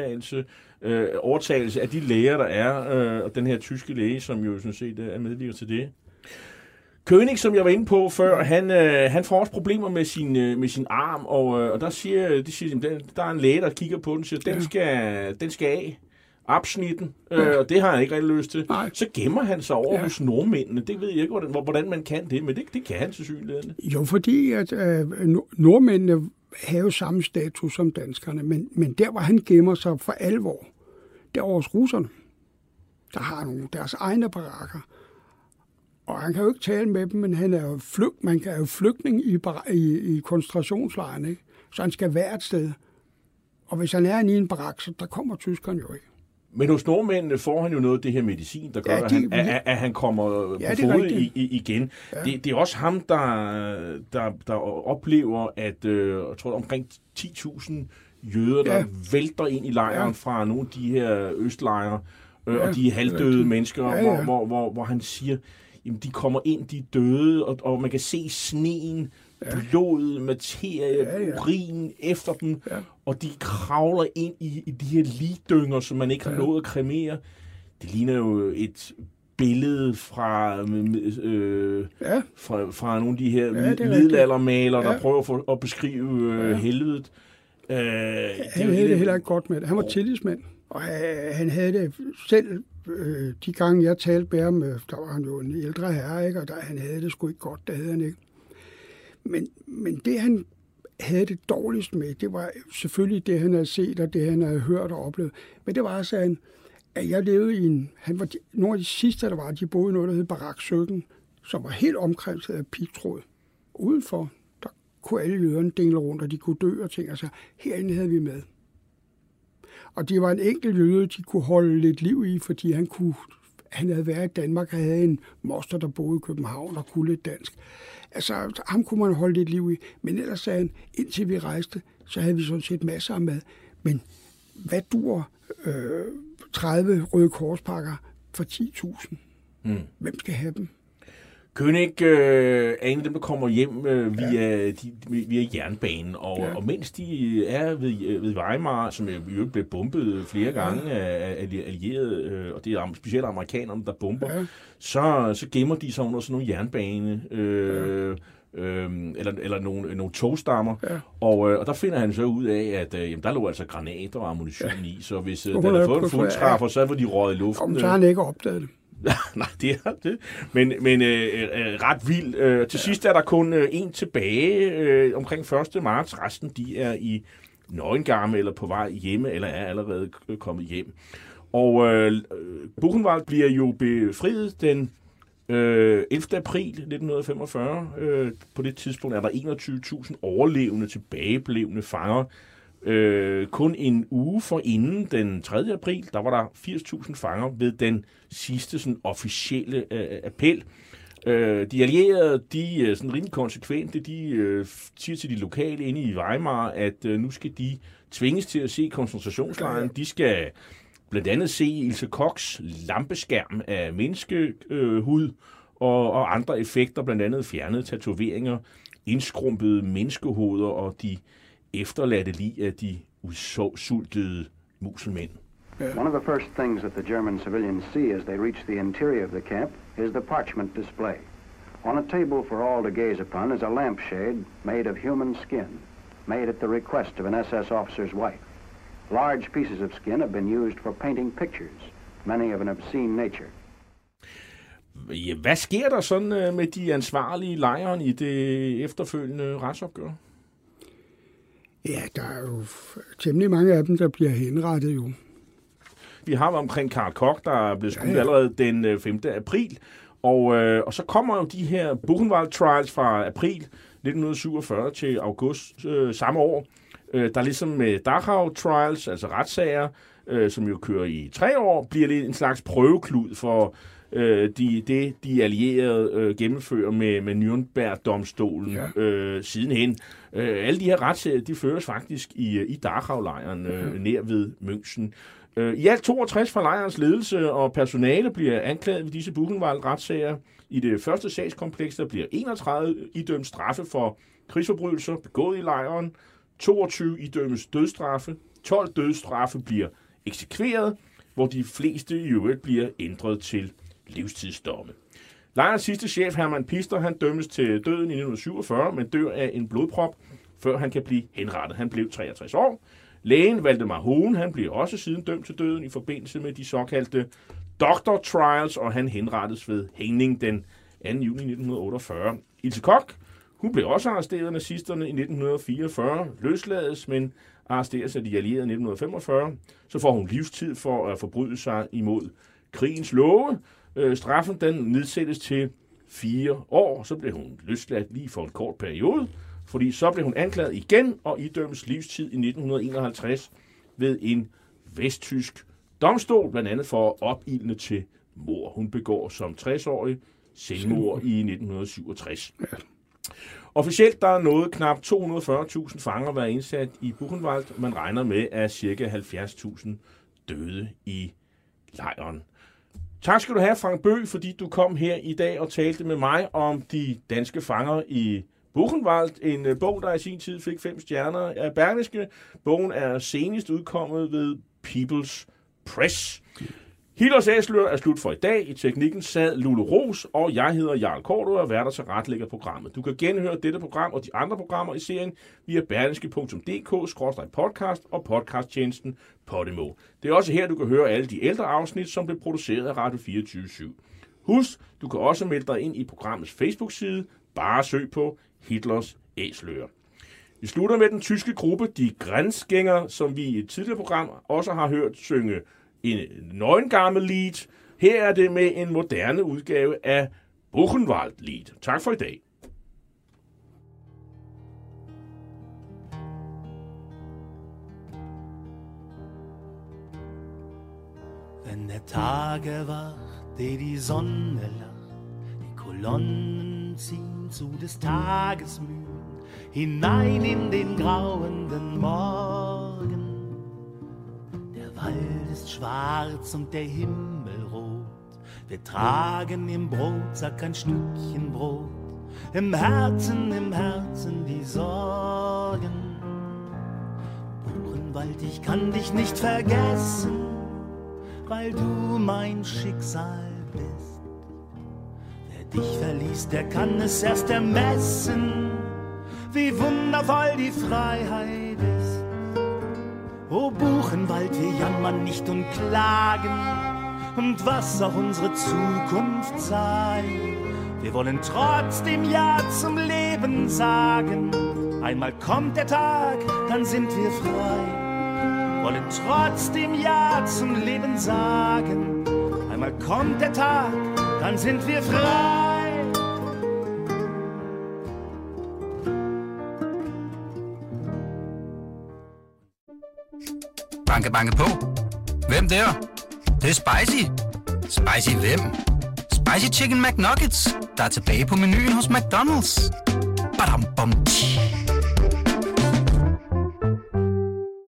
overtagelse af de læger, der er, og den her tyske læge, som jo sådan set er medvirker til det. König, som jeg var inde på før, han får også problemer med sin arm, og der siger, der er en læge, der kigger på den og siger, den skal af. Absnitten, og det har han ikke rigtig lyst til. Nej. Så gemmer han sig over hos nordmændene. Det ved jeg ikke, hvordan man kan det, men det kan han til synligheden. Jo, fordi at nordmændene har jo samme status som danskerne, men der, hvor han gemmer sig for alvor, der er hos russerne. Der har nogle deres egne barakker. Og han kan jo ikke tale med dem, men han er jo man kan jo flygtning i koncentrationslejren, ikke? Så han skal være et sted. Og hvis han er i en barak, så der kommer tyskerne jo ikke. Men hos nordmændene får han jo noget af det her medicin, der gør, at han kommer på fod igen. Ja. Det er også ham, der oplever, at jeg tror, omkring 10.000 jøder, der vælter ind i lejren fra nogle af de her østlejre, og de halvdøde mennesker, hvor han siger, jamen de kommer ind, de er døde, og man kan se sneen, blod, materie, urin efter dem, og de kravler ind i de her ligdynger, som man ikke har nået at kremere. Det ligner jo et billede fra nogle af de her middelaldermalere, der prøver at beskrive helvedet. Han havde det heller ikke godt med det. Han var tillidsmand, og han havde det selv. De gange, jeg talte med ham, der var han jo en ældre herre, ikke? Og han havde det sgu ikke godt, det havde han ikke. Men det, han havde det dårligst med, det var selvfølgelig det, han havde set, og det, han havde hørt og oplevet. Men det var altså, at jeg levede i nogle af de sidste, der var, de boede i noget, der hed Barak 17, som var helt omkranset af pigtråd. Udenfor, der kunne alle jøderne dingle rundt, og de kunne dø og ting. Altså, herinde havde vi med. Og det var en enkelt jøde, de kunne holde lidt liv i, fordi han havde været i Danmark og havde en moster, der boede i København og kunne lidt dansk. Altså, ham kunne man holde lidt liv i. Men ellers sagde han, indtil vi rejste, så havde vi sådan set masser af mad. Men hvad dur 30 Røde Korspakker for 10.000? Hvem skal have dem? König er en af dem, der kommer hjem via jernbanen, og mens de er ved Weimar, som jo blev bombet flere gange af allierede, og det er specielt amerikanerne, der bomber, så gemmer de sig under sådan nogle jernbane, eller nogle togstammer, og der finder han så ud af, at der lå altså granater og ammunition i, så hvis den havde fået en fuldtræffer, så var de røget i luften. Så har han ikke opdaget det. Nej, det er det. Men ret vild. Til sidst er der kun en tilbage omkring 1. marts. Resten, de er i nøgengarme eller på vej hjemme, eller er allerede kommet hjem. Og Buchenwald bliver jo befriet den 11. april 1945. På det tidspunkt er der 21.000 overlevende tilbageblevne fanger. Kun en uge forinden den 3. april, der var der 80.000 fanger ved den sidste sådan, officielle appel. De allierede, de sådan rimelig konsekvente, de siger til de lokale inde i Weimar, at nu skal de tvinges til at se koncentrationslejren. De skal blandt andet se Ilse Kochs lampeskærm af menneskehud og andre effekter, blandt andet fjernede tatoveringer, indskrumpede menneskehoveder og de efterladte lig af de udsultede muselmænd. One of the first things that the German civilians see as they reach the interior of the camp is the parchment display. On a table for all to gaze upon is a lampshade made of human skin, made at the request of an SS officer's wife. Large pieces of skin have been used for painting pictures, many of an obscene nature. Ja, hvad sker der sådan med de ansvarlige lejren i det efterfølgende retsopgør? Ja, der er jo temmelig mange af dem, der bliver henrettet jo. Vi har omkring Karl Koch, der er blevet skudt allerede den 5. april. Og så kommer jo de her Buchenwald Trials fra april 1947 til august samme år. Der er ligesom med Dachau Trials, altså retssager, som jo kører i 3 år, bliver det en slags prøveklud for de allierede gennemfører med Nürnberg-domstolen sidenhen. Alle de her retssager, de føres faktisk i Dachau-lejren nær ved München. I alt 62 fra lejrens ledelse og personale bliver anklaget ved disse Buchenwald-retssager. I det første sagskompleks, der bliver 31 idømt straffe for krigsforbrydelser begået i lejren. 22 idømmes dødsstraffe. 12 dødsstraffe bliver eksekveret, hvor de fleste i øvrigt bliver ændret til livstidsdomme. Lejrens sidste chef, Hermann Pister, han dømmes til døden i 1947, men dør af en blodprop, før han kan blive henrettet. Han blev 63 år. Lægen Valdemar Hohen, han blev også siden dømt til døden i forbindelse med de såkaldte Doctor Trials, og han henrettes ved hængning den 2. juni 1948. Ilse Koch, hun blev også arresteret af nazisterne i 1944, løslades, men arresteres af de allierede i 1945. Så får hun livstid for at forbryde sig imod krigens love. Straffen den nedsættes til 4 år, så blev hun løsladt lige for en kort periode, fordi så blev hun anklaget igen og idømmes livstid i 1951 ved en vesttysk domstol, blandt andet for opildne til mord. Hun begår som 60-årig selvmord i 1967. Officielt der er nået knap 240.000 fanger været indsat i Buchenwald. Man regner med, at ca. 70.000 døde i lejren. Tak skal du have, Frank Bøgh, fordi du kom her i dag og talte med mig om de danske fanger i Buchenwald. En bog, der i sin tid fik 5 stjerner af Berlingske. Bogen er senest udkommet ved People's Press. Hitlers Æseløer er slut for i dag. I teknikken sad Lulu Ros, og jeg hedder Jarl Cordua og værter til retlægger programmet. Du kan genhøre dette program og de andre programmer i serien via berlingske.dk/podcast og podcasttjenesten Podimo. Det er også her, du kan høre alle de ældre afsnit, som blev produceret af Radio 24/7. Husk, du kan også melde dig ind i programmets Facebook-side. Bare søg på Hitlers Æseløer. Vi slutter med den tyske gruppe De Grenzgänger, som vi i et tidligere program også har hørt synge en Neuengamme-lied. Her er det med en moderne udgave af Buchenwald-lied. Tak for i dag. Wenn der Tag erwacht, die Sonne lacht, die Kolonnen ziehen zu des Tages Mühen, hinein in den grauenden Morgen. Wald ist schwarz und der Himmel rot. Wir tragen im Brotsack ein Stückchen Brot. Im Herzen die Sorgen. Buchenwald, ich kann dich nicht vergessen, weil du mein Schicksal bist. Wer dich verließ, der kann es erst ermessen, wie wundervoll die Freiheit ist. O Buchenwald, wir jammern nicht und klagen, und was auch unsere Zukunft sei. Wir wollen trotzdem Ja zum Leben sagen. Einmal kommt der Tag, dann sind wir frei. Wollen trotzdem Ja zum Leben sagen. Einmal kommt der Tag, dann sind wir frei. Banke, banke på. Hvem der? Det er spicy. Spicy hvem? Spicy Chicken McNuggets, der er tilbage på menuen hos McDonald's. Badum, bom, tji.